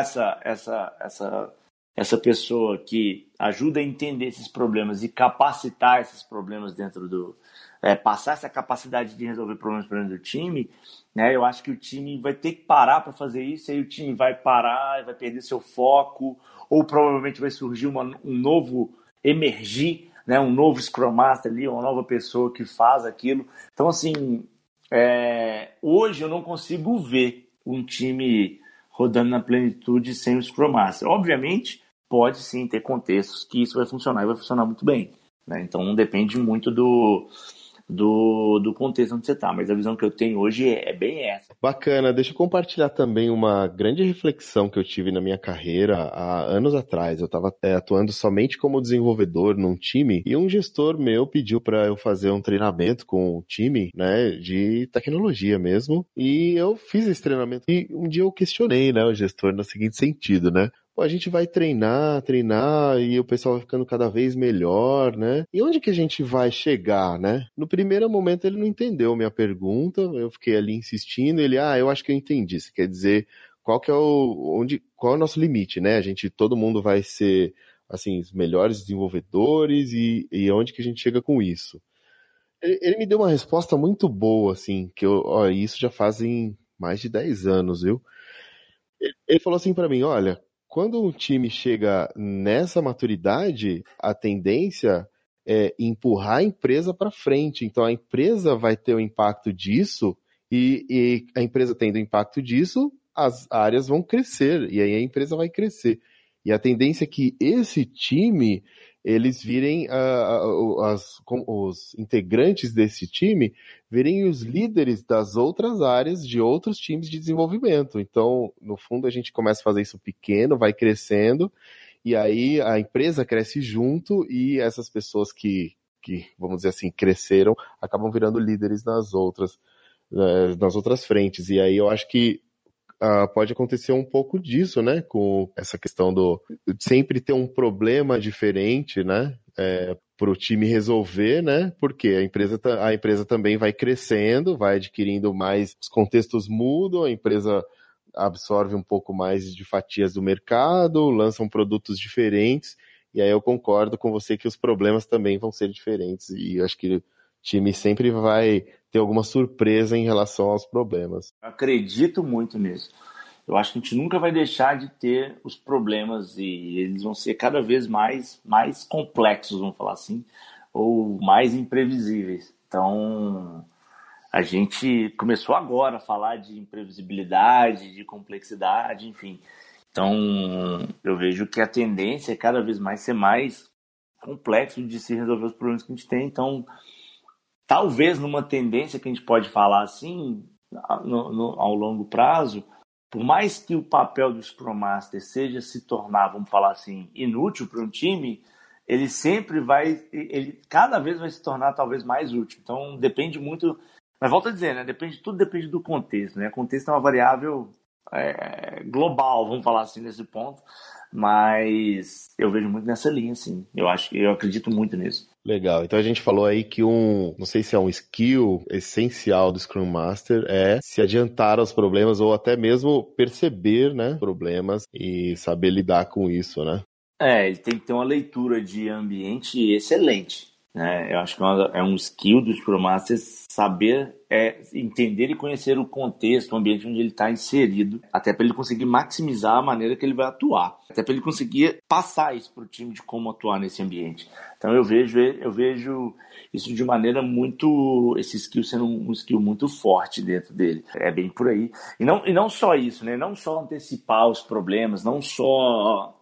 essa pessoa que ajuda a entender esses problemas e capacitar esses problemas dentro passar essa capacidade de resolver problemas dentro do time, né? Eu acho que o time vai ter que parar para fazer isso, e aí o time vai parar, vai perder seu foco, ou provavelmente vai surgir um novo emergir, né? Um novo Scrum Master ali, uma nova pessoa que faz aquilo. Então, assim, hoje eu não consigo ver um time rodando na plenitude sem o Scrum Master. Obviamente, pode sim ter contextos que isso vai funcionar e vai funcionar muito bem, né? Então, depende muito do contexto onde você está, mas a visão que eu tenho hoje é bem essa. Bacana, deixa eu compartilhar também uma grande reflexão que eu tive na minha carreira há anos atrás. Eu estava atuando somente como desenvolvedor num time, e um gestor meu pediu para eu fazer um treinamento com o time, né, de tecnologia mesmo, e eu fiz esse treinamento, e um dia eu questionei, né, o gestor no seguinte sentido, né: pô, a gente vai treinar, e o pessoal vai ficando cada vez melhor, né? E onde que a gente vai chegar, né? No primeiro momento ele não entendeu minha pergunta, eu fiquei ali insistindo, ele, eu acho que eu entendi. Isso quer dizer, qual é o nosso limite, né? Todo mundo vai ser, assim, os melhores desenvolvedores, e onde que a gente chega com isso? Ele me deu uma resposta muito boa, assim, isso já fazem mais de 10 anos, viu? Ele falou assim pra mim, olha, quando um time chega nessa maturidade, a tendência é empurrar a empresa para frente. Então a empresa vai ter o impacto disso e a empresa tendo o impacto disso, as áreas vão crescer e aí a empresa vai crescer. E a tendência é que esse time eles virem os integrantes desse time virem os líderes das outras áreas de outros times de desenvolvimento. Então, no fundo, a gente começa a fazer isso pequeno, vai crescendo, e aí a empresa cresce junto e essas pessoas que vamos dizer assim, cresceram, acabam virando líderes nas outras frentes. E aí eu acho que pode acontecer um pouco disso, né? Com essa questão de sempre ter um problema diferente, né? Para o time resolver, né? Porque a empresa também vai crescendo, vai adquirindo mais, os contextos mudam, a empresa absorve um pouco mais de fatias do mercado, lançam produtos diferentes, e aí eu concordo com você que os problemas também vão ser diferentes, e eu acho que o time sempre vai ter alguma surpresa em relação aos problemas. Eu acredito muito nisso. Eu acho que a gente nunca vai deixar de ter os problemas e eles vão ser cada vez mais complexos, vamos falar assim, ou mais imprevisíveis. Então, a gente começou agora a falar de imprevisibilidade, de complexidade, enfim. Então, eu vejo que a tendência é cada vez mais ser mais complexo de se resolver os problemas que a gente tem. Então, talvez numa tendência que a gente pode falar assim, ao longo prazo, por mais que o papel do Scrum Master seja se tornar, vamos falar assim, inútil para um time, ele cada vez vai se tornar talvez mais útil. Então depende muito, mas volto a dizer, né? Tudo depende do contexto, né? O contexto é uma variável global, vamos falar assim, nesse ponto, mas eu vejo muito nessa linha, assim. Eu acredito muito nisso. Legal, então a gente falou aí que não sei se é um skill essencial do Scrum Master é se adiantar aos problemas ou até mesmo perceber, né, problemas e saber lidar com isso, né? Ele tem que ter uma leitura de ambiente excelente, né? Eu acho que é um skill do Scrum Master saber entender e conhecer o contexto, o ambiente onde ele está inserido, até para ele conseguir maximizar a maneira que ele vai atuar, até para ele conseguir passar isso para o time de como atuar nesse ambiente. Então eu vejo isso de maneira muito, esse skill sendo um skill muito forte dentro dele. É bem por aí. E não só isso, né? Não só antecipar os problemas, não só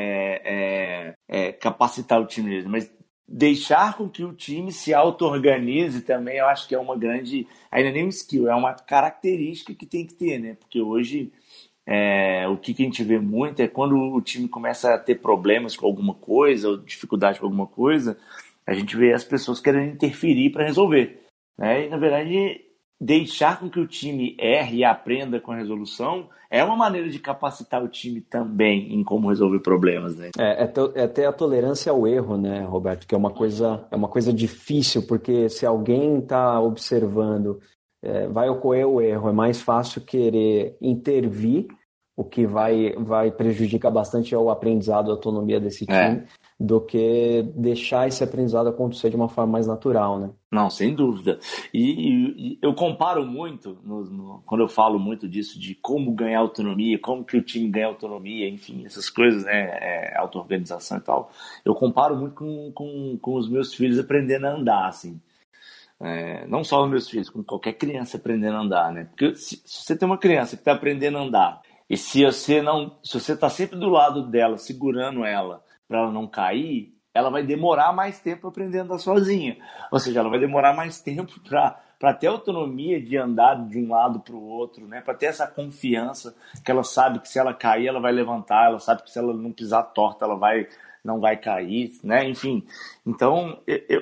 capacitar o time, mas deixar com que o time se auto-organize também, eu acho que é uma grande, ainda nem um skill, é uma característica que tem que ter, né? Porque hoje o que a gente vê muito é quando o time começa a ter problemas com alguma coisa, ou dificuldade com alguma coisa, a gente vê as pessoas querendo interferir para resolver, né? E na verdade deixar com que o time erre e aprenda com a resolução é uma maneira de capacitar o time também em como resolver problemas, né? É ter a tolerância ao erro, né, Roberto? Que é uma coisa difícil, porque se alguém está observando, vai ocorrer o erro, é mais fácil querer intervir, o que vai prejudicar bastante o aprendizado, a autonomia desse time, do que deixar esse aprendizado acontecer de uma forma mais natural, né? Não, sem dúvida. E eu comparo muito, quando eu falo muito disso, de como ganhar autonomia, como que o time ganha autonomia, enfim, essas coisas, né, auto-organização e tal, eu comparo muito com os meus filhos aprendendo a andar, assim. Não só os meus filhos, com qualquer criança aprendendo a andar, né? Porque se você tem uma criança que está aprendendo a andar, e se você está sempre do lado dela, segurando ela, para ela não cair, ela vai demorar mais tempo aprendendo a andar sozinha. Ou seja, ela vai demorar mais tempo para ter autonomia de andar de um lado para o outro, né? Para ter essa confiança que ela sabe que se ela cair, ela vai levantar, ela sabe que se ela não pisar torta, ela não vai cair, né? Enfim, então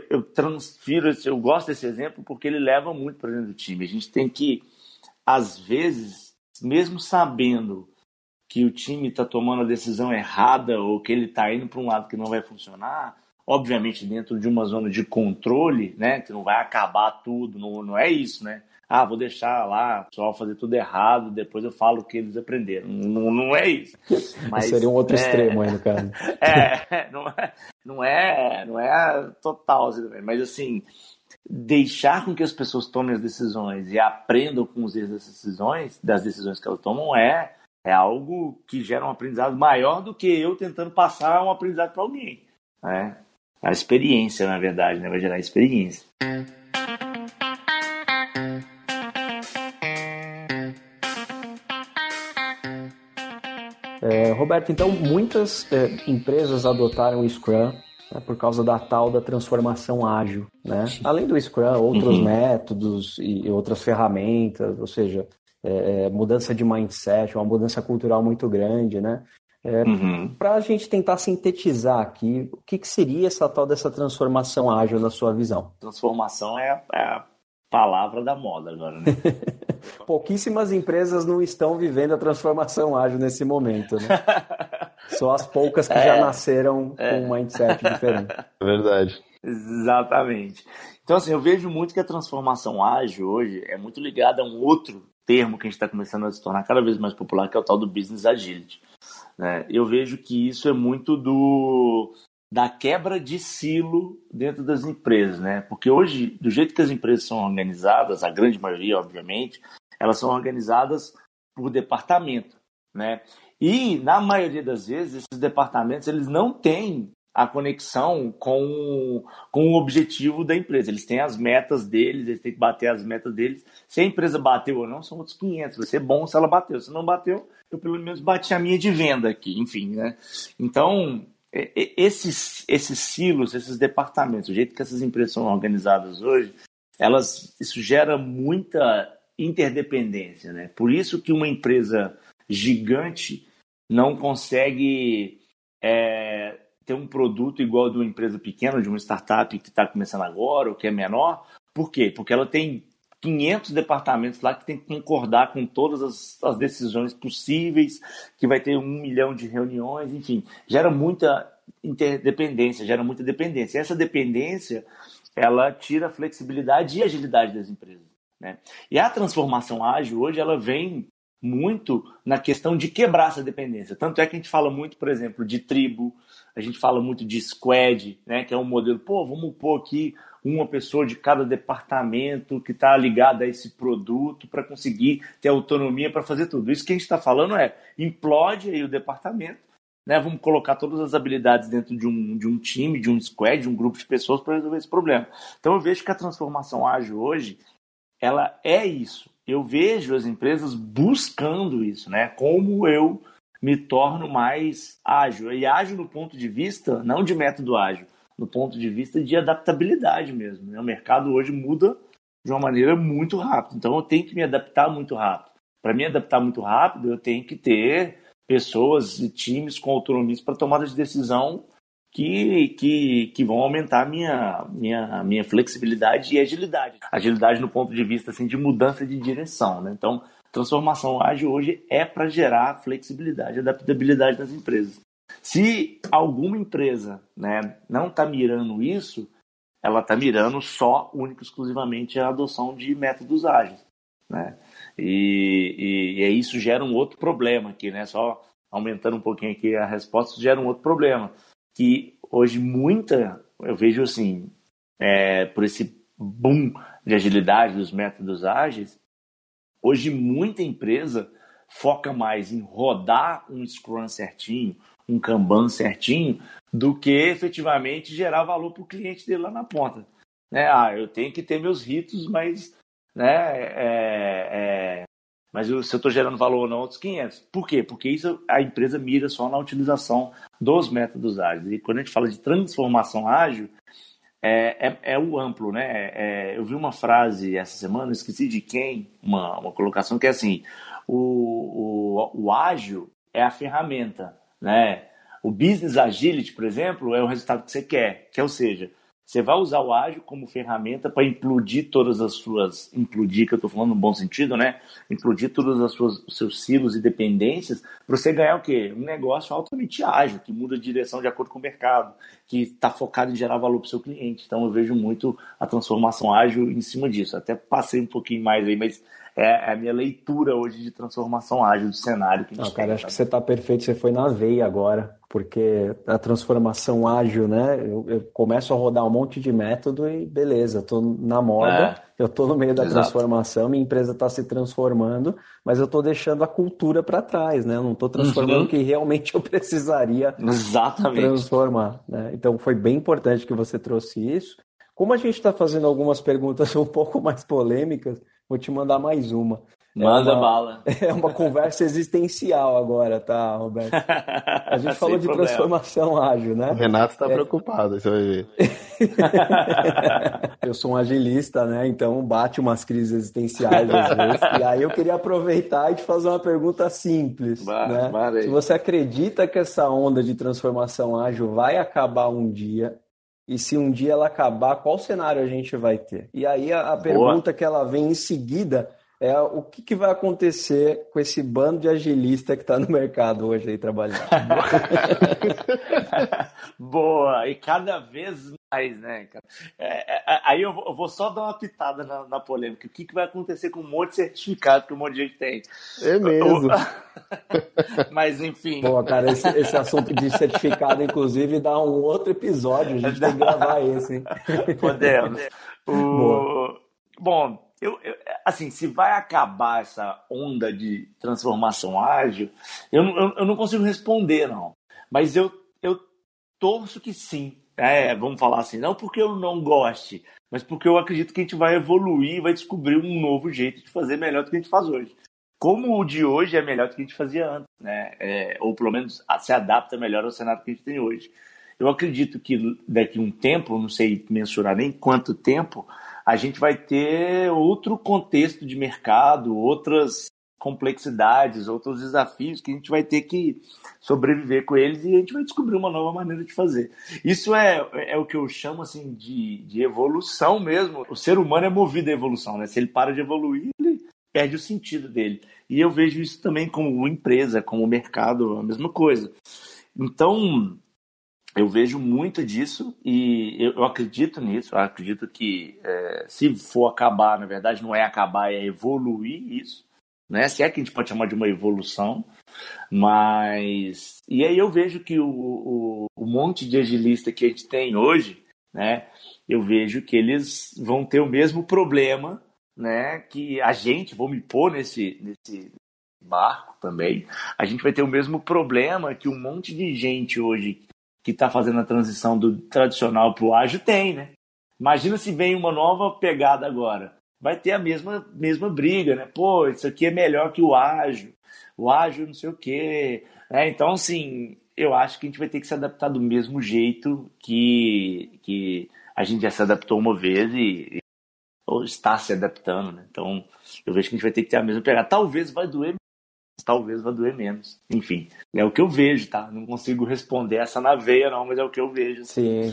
eu gosto desse exemplo porque ele leva muito para dentro do time. A gente tem que, às vezes, mesmo sabendo que o time está tomando a decisão errada ou que ele está indo para um lado que não vai funcionar, obviamente dentro de uma zona de controle, né, que não vai acabar tudo, não é isso, né? Vou deixar lá o pessoal fazer tudo errado, depois eu falo o que eles aprenderam. Não é isso. Mas seria um outro extremo aí, no caso. Não é total, mas assim, deixar com que as pessoas tomem as decisões e aprendam com os erros das decisões que elas tomam é algo que gera um aprendizado maior do que eu tentando passar um aprendizado para alguém, né? A experiência, na verdade, né? Vai gerar experiência. Roberto, então muitas empresas adotaram o Scrum, né, por causa da tal da transformação ágil, né? Além do Scrum, outros métodos e outras ferramentas, ou seja, mudança de mindset, uma mudança cultural muito grande, né? Para a gente tentar sintetizar aqui, o que seria essa tal dessa transformação ágil na sua visão? Transformação é a palavra da moda agora, né? Pouquíssimas empresas não estão vivendo a transformação ágil nesse momento, né? Só as poucas que já nasceram com um mindset diferente. É verdade. Exatamente. Então, assim, eu vejo muito que a transformação ágil hoje é muito ligada a um outro termo que a gente está começando a se tornar cada vez mais popular, que é o tal do Business Agility, né? Eu vejo que isso é muito da quebra de silo dentro das empresas, né? Porque hoje, do jeito que as empresas são organizadas, a grande maioria, obviamente, elas são organizadas por departamento, né? E, na maioria das vezes, esses departamentos eles não têm a conexão com o objetivo da empresa. Eles têm as metas deles, eles têm que bater as metas deles. Se a empresa bateu ou não, são outros 500. Vai ser bom se ela bateu. Se não bateu, eu pelo menos bati a minha de venda aqui, enfim, né? Então, esses silos, esses departamentos, o jeito que essas empresas são organizadas hoje, isso gera muita interdependência, né? Por isso que uma empresa gigante não consegue ter um produto igual de uma empresa pequena, de uma startup que está começando agora ou que é menor. Por quê? Porque ela tem 500 departamentos lá que tem que concordar com todas as decisões possíveis, que vai ter 1 milhão de reuniões, enfim, gera muita interdependência, gera muita dependência. E essa dependência, ela tira a flexibilidade e agilidade das empresas, né? E a transformação ágil hoje, ela vem muito na questão de quebrar essa dependência. Tanto é que a gente fala muito, por exemplo, de tribo, a gente fala muito de squad, né, que é um modelo, vamos pôr aqui uma pessoa de cada departamento que está ligada a esse produto para conseguir ter autonomia para fazer tudo. Isso que a gente está falando implode aí o departamento, né, vamos colocar todas as habilidades dentro de um time, de um squad, de um grupo de pessoas para resolver esse problema. Então eu vejo que a transformação ágil hoje, ela é isso. Eu vejo as empresas buscando isso, né? Como eu me torno mais ágil. E ágil no ponto de vista, não de método ágil, no ponto de vista de adaptabilidade mesmo, né? O mercado hoje muda de uma maneira muito rápida. Então eu tenho que me adaptar muito rápido. Para me adaptar muito rápido, eu tenho que ter pessoas e times com autonomia para tomada de decisão que vão aumentar a minha flexibilidade e agilidade. Agilidade no ponto de vista assim, de mudança de direção, né? Então, transformação ágil hoje é para gerar flexibilidade e adaptabilidade nas empresas. Se alguma empresa, né, não está mirando isso, ela está mirando só, única e exclusivamente, a adoção de métodos ágeis, né? E isso gera um outro problema aqui, né? Só aumentando um pouquinho aqui a resposta, isso gera um outro problema. Que hoje eu vejo assim, por esse boom de agilidade dos métodos ágeis, hoje muita empresa foca mais em rodar um Scrum certinho, um Kanban certinho, do que efetivamente gerar valor para o cliente dele lá na ponta, né? Eu tenho que ter meus ritos, mas, né, mas se eu estou gerando valor ou não, outros 500. Por quê? Porque isso a empresa mira só na utilização dos métodos ágeis. E quando a gente fala de transformação ágil, é o amplo, né? Eu vi uma frase essa semana, esqueci de quem, uma colocação que é assim, o ágil é a ferramenta, né? O Business Agility, por exemplo, é o resultado que você quer, ou seja, você vai usar o ágil como ferramenta para implodir todas as suas... Implodir, que eu estou falando no bom sentido, né? Implodir todos os seus silos e dependências para você ganhar o quê? Um negócio altamente ágil, que muda de direção de acordo com o mercado, que está focado em gerar valor para o seu cliente. Então eu vejo muito a transformação ágil em cima disso. Até passei um pouquinho mais aí, mas é a minha leitura hoje de transformação ágil do cenário que a gente Cara, tem. acho que você está perfeito, você foi na veia agora, porque a transformação ágil, né? Eu começo a rodar um monte de método e beleza, estou na moda, eu estou no meio da transformação, minha empresa está se transformando, mas eu estou deixando a cultura para trás, né? Eu não estou transformando o que realmente eu precisaria transformar, né? Então foi bem importante que você trouxe isso. Como a gente está fazendo algumas perguntas um pouco mais polêmicas, vou te mandar mais uma. Manda bala. É uma conversa existencial agora, tá, Roberto? A gente falou de transformação ágil, né? O Renato está preocupado, você vai ver. Eu sou um agilista, né? Então bate umas crises existenciais às vezes. E aí eu queria aproveitar e te fazer uma pergunta simples, né? Se você acredita que essa onda de transformação ágil vai acabar um dia, e se um dia ela acabar, qual cenário a gente vai ter? E aí a pergunta que ela vem em seguida é o que vai acontecer com esse bando de agilista que está no mercado hoje aí trabalhando. Boa, e cada vez mais, né, cara? Aí eu vou só dar uma pitada na polêmica. O que vai acontecer com um monte de certificado que um monte de gente tem? É mesmo. Mas, enfim. Boa, cara, esse assunto de certificado, inclusive, dá um outro episódio. A gente tem que gravar esse, hein? Podemos. Bom, assim, se vai acabar essa onda de transformação ágil, eu não consigo responder, não. Mas eu torço que sim. Vamos falar assim, não porque eu não goste, mas porque eu acredito que a gente vai evoluir, vai descobrir um novo jeito de fazer melhor do que a gente faz hoje. Como o de hoje é melhor do que a gente fazia antes, né? Ou pelo menos se adapta melhor ao cenário que a gente tem hoje. Eu acredito que daqui a um tempo, não sei mensurar nem quanto tempo, a gente vai ter outro contexto de mercado, outras complexidades, outros desafios que a gente vai ter que sobreviver com eles e a gente vai descobrir uma nova maneira de fazer. Isso é o que eu chamo assim, de evolução mesmo. O ser humano é movido à evolução, né? Se ele para de evoluir, ele perde o sentido dele. E eu vejo isso também como empresa, como mercado, a mesma coisa. Então, eu vejo muito disso e eu acredito nisso. Eu acredito que se for acabar, na verdade não é acabar, é evoluir isso, né? Se é que a gente pode chamar de uma evolução, mas... E aí eu vejo que o monte de agilista que a gente tem hoje, né? Eu vejo que eles vão ter o mesmo problema, né? Que a gente, vou me pôr nesse barco também, a gente vai ter o mesmo problema que um monte de gente hoje que está fazendo a transição do tradicional para o ágil tem, né? Imagina se vem uma nova pegada agora. Vai ter a mesma briga, né? Pô, isso aqui é melhor que o ágil não sei o quê. Então, assim, eu acho que a gente vai ter que se adaptar do mesmo jeito que a gente já se adaptou uma vez ou está se adaptando, né? Então, eu vejo que a gente vai ter que ter a mesma pegada. Talvez vai doer menos. Enfim, é o que eu vejo, tá? Não consigo responder essa na veia, não, mas é o que eu vejo. Sim.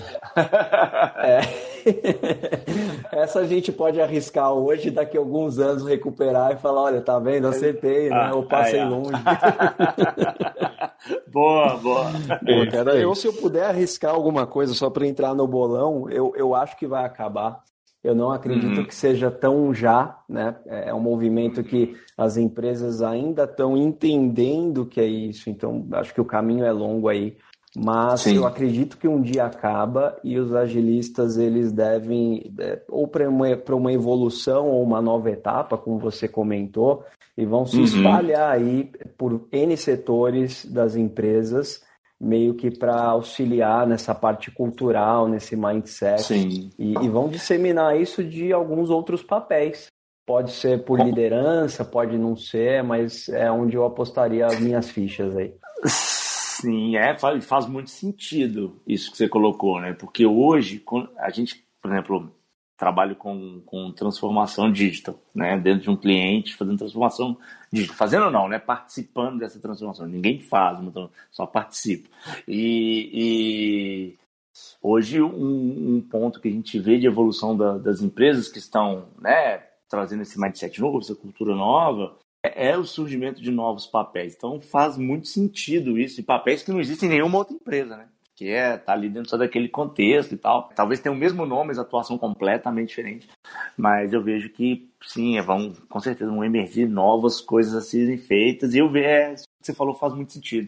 Essa a gente pode arriscar hoje, daqui a alguns anos recuperar e falar, olha, tá vendo? Acertei, né? Eu passei longe. Boa. Eu, se eu puder arriscar alguma coisa só para entrar no bolão, eu acho que vai acabar. Eu não acredito que seja tão já, né? É um movimento que as empresas ainda estão entendendo que é isso, então acho que o caminho é longo aí. Mas eu acredito que um dia acaba e os agilistas eles devem, ou para uma evolução ou uma nova etapa, como você comentou, e vão se espalhar aí por N setores das empresas, meio que para auxiliar nessa parte cultural, nesse mindset, e vão disseminar isso de alguns outros papéis. Pode ser por liderança, pode não ser, mas é onde eu apostaria as minhas fichas aí. Sim, faz muito sentido isso que você colocou, né? Porque hoje, a gente, por exemplo, trabalha com transformação digital, né? Dentro de um cliente, fazendo transformação digital. Fazendo ou não, né? Participando dessa transformação. Ninguém faz, só participa. E hoje, um ponto que a gente vê de evolução das empresas que estão, né, trazendo esse mindset novo, essa cultura nova, é o surgimento de novos papéis. Então faz muito sentido isso, e papéis que não existem em nenhuma outra empresa, né? que tá ali dentro só daquele contexto e tal. Talvez tenha o mesmo nome, mas a atuação completamente diferente. Mas eu vejo que, sim, com certeza vão emergir novas coisas a serem feitas. E o que você falou faz muito sentido.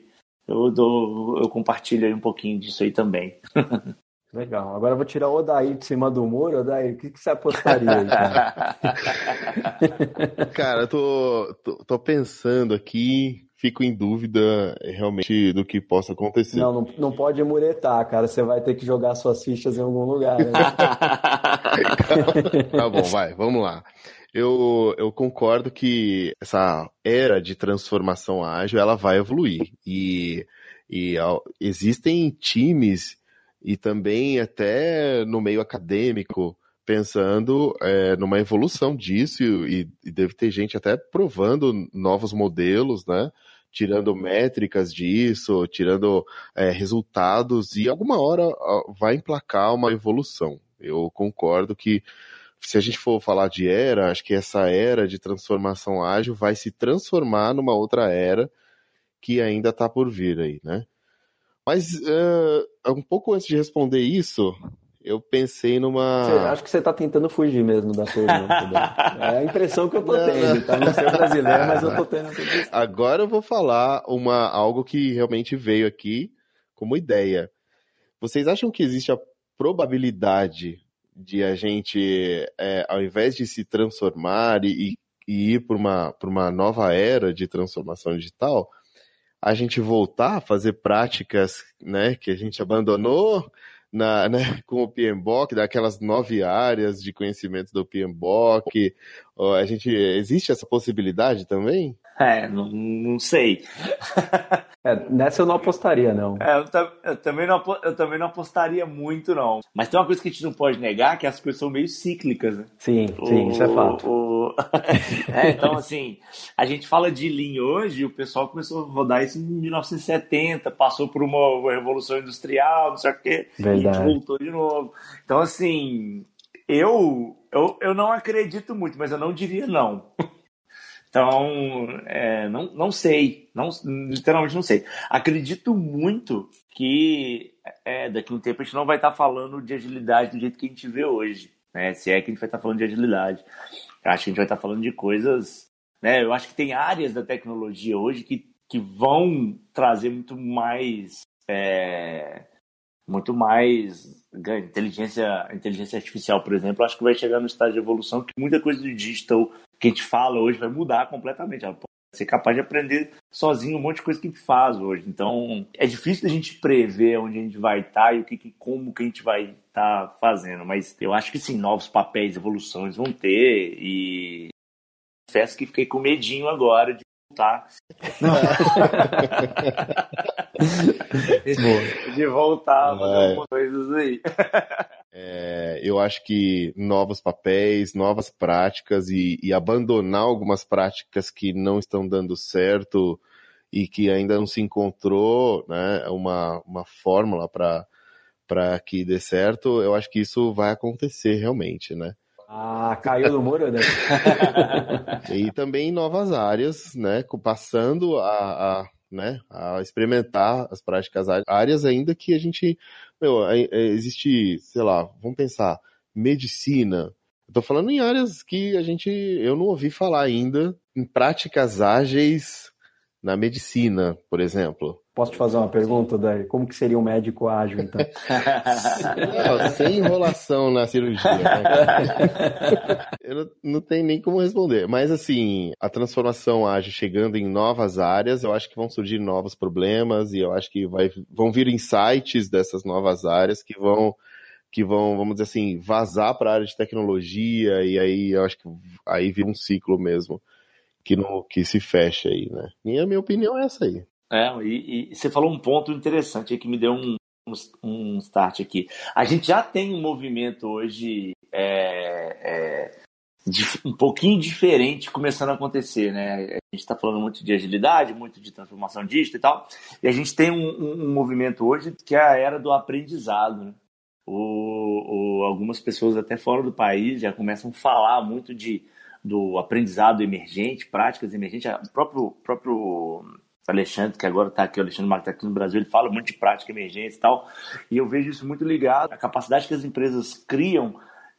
Eu compartilho aí um pouquinho disso aí também. Legal. Agora eu vou tirar o Odair de cima do muro. Odair, o que você apostaria aí, cara? Cara, eu tô pensando aqui, fico em dúvida realmente do que possa acontecer. Não pode muretar, cara. Você vai ter que jogar suas fichas em algum lugar. Né? Tá bom, vamos lá. Eu concordo que essa era de transformação ágil, ela vai evoluir. Existem times e também até no meio acadêmico pensando numa evolução disso e deve ter gente até provando novos modelos, né? Tirando métricas disso, tirando resultados e alguma hora vai emplacar uma evolução. Eu concordo que se a gente for falar de era, acho que essa era de transformação ágil vai se transformar numa outra era que ainda está por vir aí, né? Mas um pouco antes de responder isso, eu pensei numa... Acho que você está tentando fugir mesmo da pergunta. É a impressão que eu tô tendo, tá? Não sei brasileiro, mas eu tô tendo essa impressão. Agora eu vou falar algo que realmente veio aqui como ideia. Vocês acham que existe a probabilidade de a gente, ao invés de se transformar e ir para uma nova era de transformação digital, a gente voltar a fazer práticas, né, que a gente abandonou né, com o PMBOK, daquelas 9 áreas de conhecimento do PMBOK? Existe essa possibilidade também? Não sei. Nessa eu não apostaria, não. Eu também não apostaria muito, não. Mas tem uma coisa que a gente não pode negar, que as coisas são meio cíclicas, né? Sim, isso é fato. Então, assim, a gente fala de Lean hoje, o pessoal começou a rodar isso em 1970, passou por uma revolução industrial, não sei o quê, Verdade. E a gente voltou de novo. Então, assim, eu não acredito muito, mas eu não diria não. Então, não sei, literalmente não sei. Acredito muito que daqui a um tempo a gente não vai estar falando de agilidade do jeito que a gente vê hoje, né? Se é que a gente vai estar falando de agilidade. Eu acho que a gente vai estar falando de coisas, né? Eu acho que tem áreas da tecnologia hoje que vão trazer muito mais inteligência artificial, por exemplo. Acho que vai chegar no estágio de evolução que muita coisa do digital que a gente fala hoje vai mudar completamente. Ela pode ser capaz de aprender sozinho um monte de coisa que a gente faz hoje. Então, é difícil a gente prever onde a gente vai estar e como que a gente vai estar fazendo. Mas eu acho que sim, novos papéis, evoluções vão ter. E confesso que fiquei com medinho agora de voltar. De voltar a fazer algumas coisas aí. Eu acho que novos papéis, novas práticas e abandonar algumas práticas que não estão dando certo e que ainda não se encontrou, né, uma fórmula para que dê certo, eu acho que isso vai acontecer realmente, né? Caiu no muro, né? E também em novas áreas, né, passando né, a experimentar as práticas áreas ainda que a gente, existe, sei lá, vamos pensar, medicina. Eu tô falando em áreas que eu não ouvi falar ainda em práticas ágeis na medicina, por exemplo. Posso te fazer uma pergunta, Daí? Como que seria um médico ágil, então? Sem enrolação na cirurgia. Né? Eu não tenho nem como responder. Mas, assim, a transformação ágil chegando em novas áreas, eu acho que vão surgir novos problemas e eu acho que vão vir insights dessas novas áreas que vão, vamos dizer assim, vazar para a área de tecnologia e aí eu acho que aí vira um ciclo mesmo que se fecha aí, né? E a minha opinião é essa aí. E você falou um ponto interessante aí que me deu um start aqui. A gente já tem um movimento hoje um pouquinho diferente começando a acontecer, né? A gente está falando muito de agilidade, muito de transformação digital e tal, e a gente tem um movimento hoje que é a era do aprendizado, né? Algumas pessoas até fora do país já começam a falar muito do aprendizado emergente, práticas emergentes. O próprio Alexandre, que agora está aqui, o Alexandre Marques está aqui no Brasil, ele fala muito de prática, emergência e tal, e eu vejo isso muito ligado à capacidade que as empresas criam,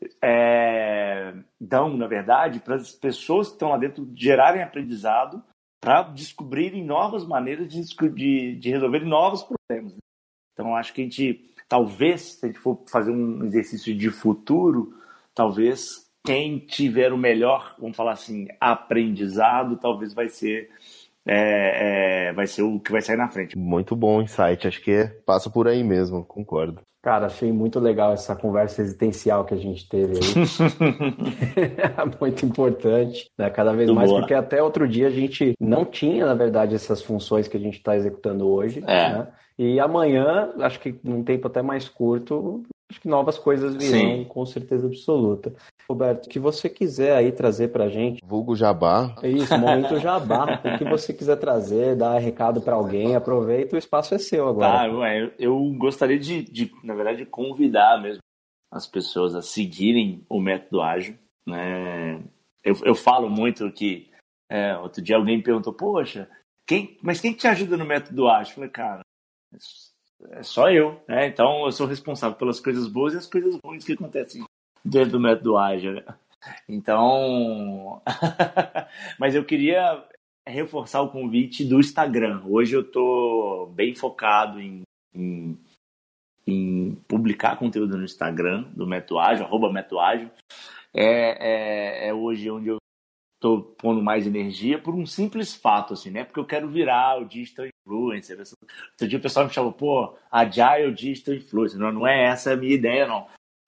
dão, na verdade, para as pessoas que estão lá dentro gerarem aprendizado para descobrirem novas maneiras de resolverem novos problemas. Então, acho que a gente, talvez, se a gente for fazer um exercício de futuro, talvez quem tiver o melhor, vamos falar assim, aprendizado, talvez vai ser o que vai sair na frente. Muito bom insight, acho que passa por aí mesmo, concordo. Cara, achei muito legal essa conversa existencial que a gente teve aí. Muito importante, né? Cada vez mais, porque até outro dia a gente não tinha, na verdade, essas funções que a gente está executando hoje, né? E amanhã, acho que num tempo até mais curto, acho que novas coisas virão, com certeza absoluta. Roberto, o que você quiser aí trazer pra gente. Vulgo jabá. É isso, momento jabá. O que você quiser trazer, dar recado pra alguém, aproveita, o espaço é seu agora. Eu gostaria de, na verdade, convidar mesmo as pessoas a seguirem o método ágil, né? Eu falo muito que outro dia alguém me perguntou, poxa, mas quem te ajuda no método ágil? Eu falei, cara, é só eu, né? Então eu sou responsável pelas coisas boas e as coisas ruins que acontecem dentro do método ágil, né? Então, mas eu queria reforçar o convite do Instagram. Hoje eu tô bem focado em publicar conteúdo no Instagram do Método Ágil, @métodoágil. É hoje onde eu tô pondo mais energia por um simples fato, assim, né? Porque eu quero virar o digital influencer. Outro dia o pessoal me chamou, Agile Digital Influencer. Não é essa a minha ideia, não.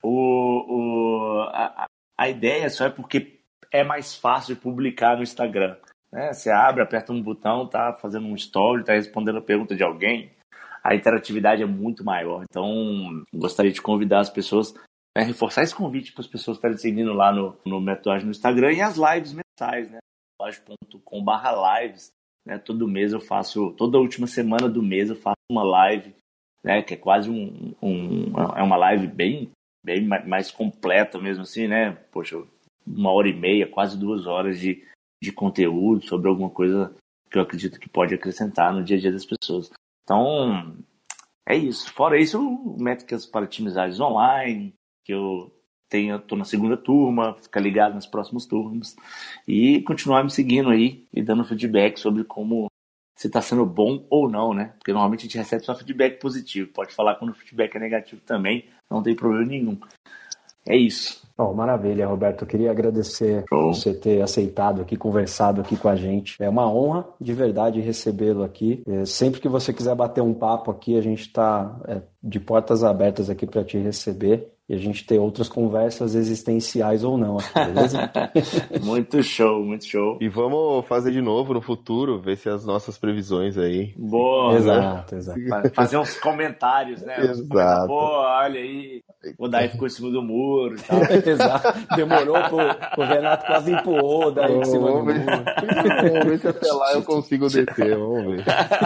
A ideia só é porque é mais fácil de publicar no Instagram, né? Você abre, aperta um botão, tá fazendo um story, tá respondendo a pergunta de alguém, a interatividade é muito maior. Então, gostaria de convidar as pessoas, reforçar esse convite para as pessoas estarem seguindo lá no Método Ágil no Instagram e as lives mensais, né? Ágil.com/lives, né? Todo mês eu faço, toda última semana do mês eu faço uma live, né? Que é quase é uma live bem mais completa mesmo assim, né? Poxa, 1h30, quase 2 horas de conteúdo sobre alguma coisa que eu acredito que pode acrescentar no dia a dia das pessoas. Então, é isso. Fora isso, métricas para times ágeis online, que eu tô na segunda turma, ficar ligado nas próximas turmas e continuar me seguindo aí e dando feedback sobre como se está sendo bom ou não, né? Porque normalmente a gente recebe só feedback positivo. Pode falar quando o feedback é negativo também, não tem problema nenhum. É isso. Maravilha, Roberto. Eu queria agradecer por você ter aceitado aqui, conversado aqui com a gente. É uma honra, de verdade, recebê-lo aqui. Sempre que você quiser bater um papo aqui, a gente está de portas abertas aqui para te receber e a gente ter outras conversas existenciais ou não, beleza? Muito show, muito show. E vamos fazer de novo no futuro, ver se as nossas previsões aí... Boa. Exato. Fazer uns comentários, né? Exato. Olha aí, o Daí ficou em cima do muro e tal. Exato. Demorou o Renato quase empurrou o Daí em cima do muro. Vamos ver se até lá eu consigo descer, vamos ver.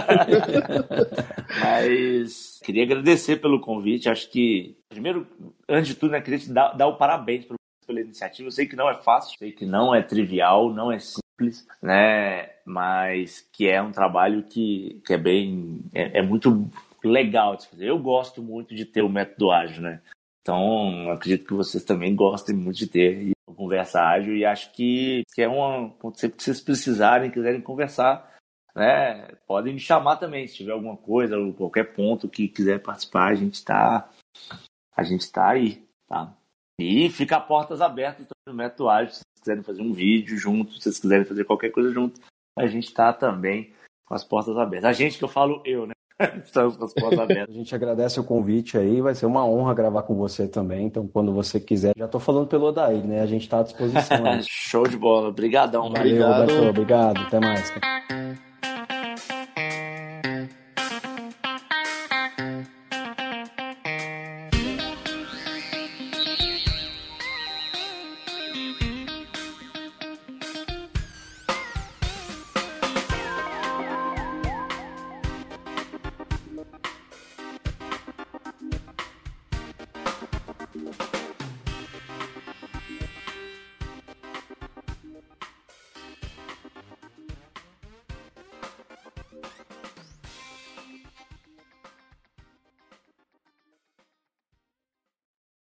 Mas queria agradecer pelo convite. Acho que, primeiro, antes de tudo, né, queria te dar o parabéns pela iniciativa. Eu sei que não é fácil, sei que não é trivial, não é simples, né? Mas que é um trabalho que é bem... É muito legal de se fazer. Eu gosto muito de ter o método ágil, né? Então, acredito que vocês também gostem muito de ter uma conversa ágil e acho que sempre que vocês precisarem, quiserem conversar, né, podem me chamar também, se tiver alguma coisa ou qualquer ponto que quiser participar, a gente tá aí, tá? E fica a portas abertas no método ágil, se vocês quiserem fazer um vídeo junto, se vocês quiserem fazer qualquer coisa junto, a gente tá também com as portas abertas. A gente que eu falo eu, né? Estamos com as portas abertas. A gente agradece o convite aí, vai ser uma honra gravar com você também, então quando você quiser, já tô falando pelo Odair, né? A gente tá à disposição aí. Show de bola, obrigadão. Valeu, Roberto, obrigado, até mais.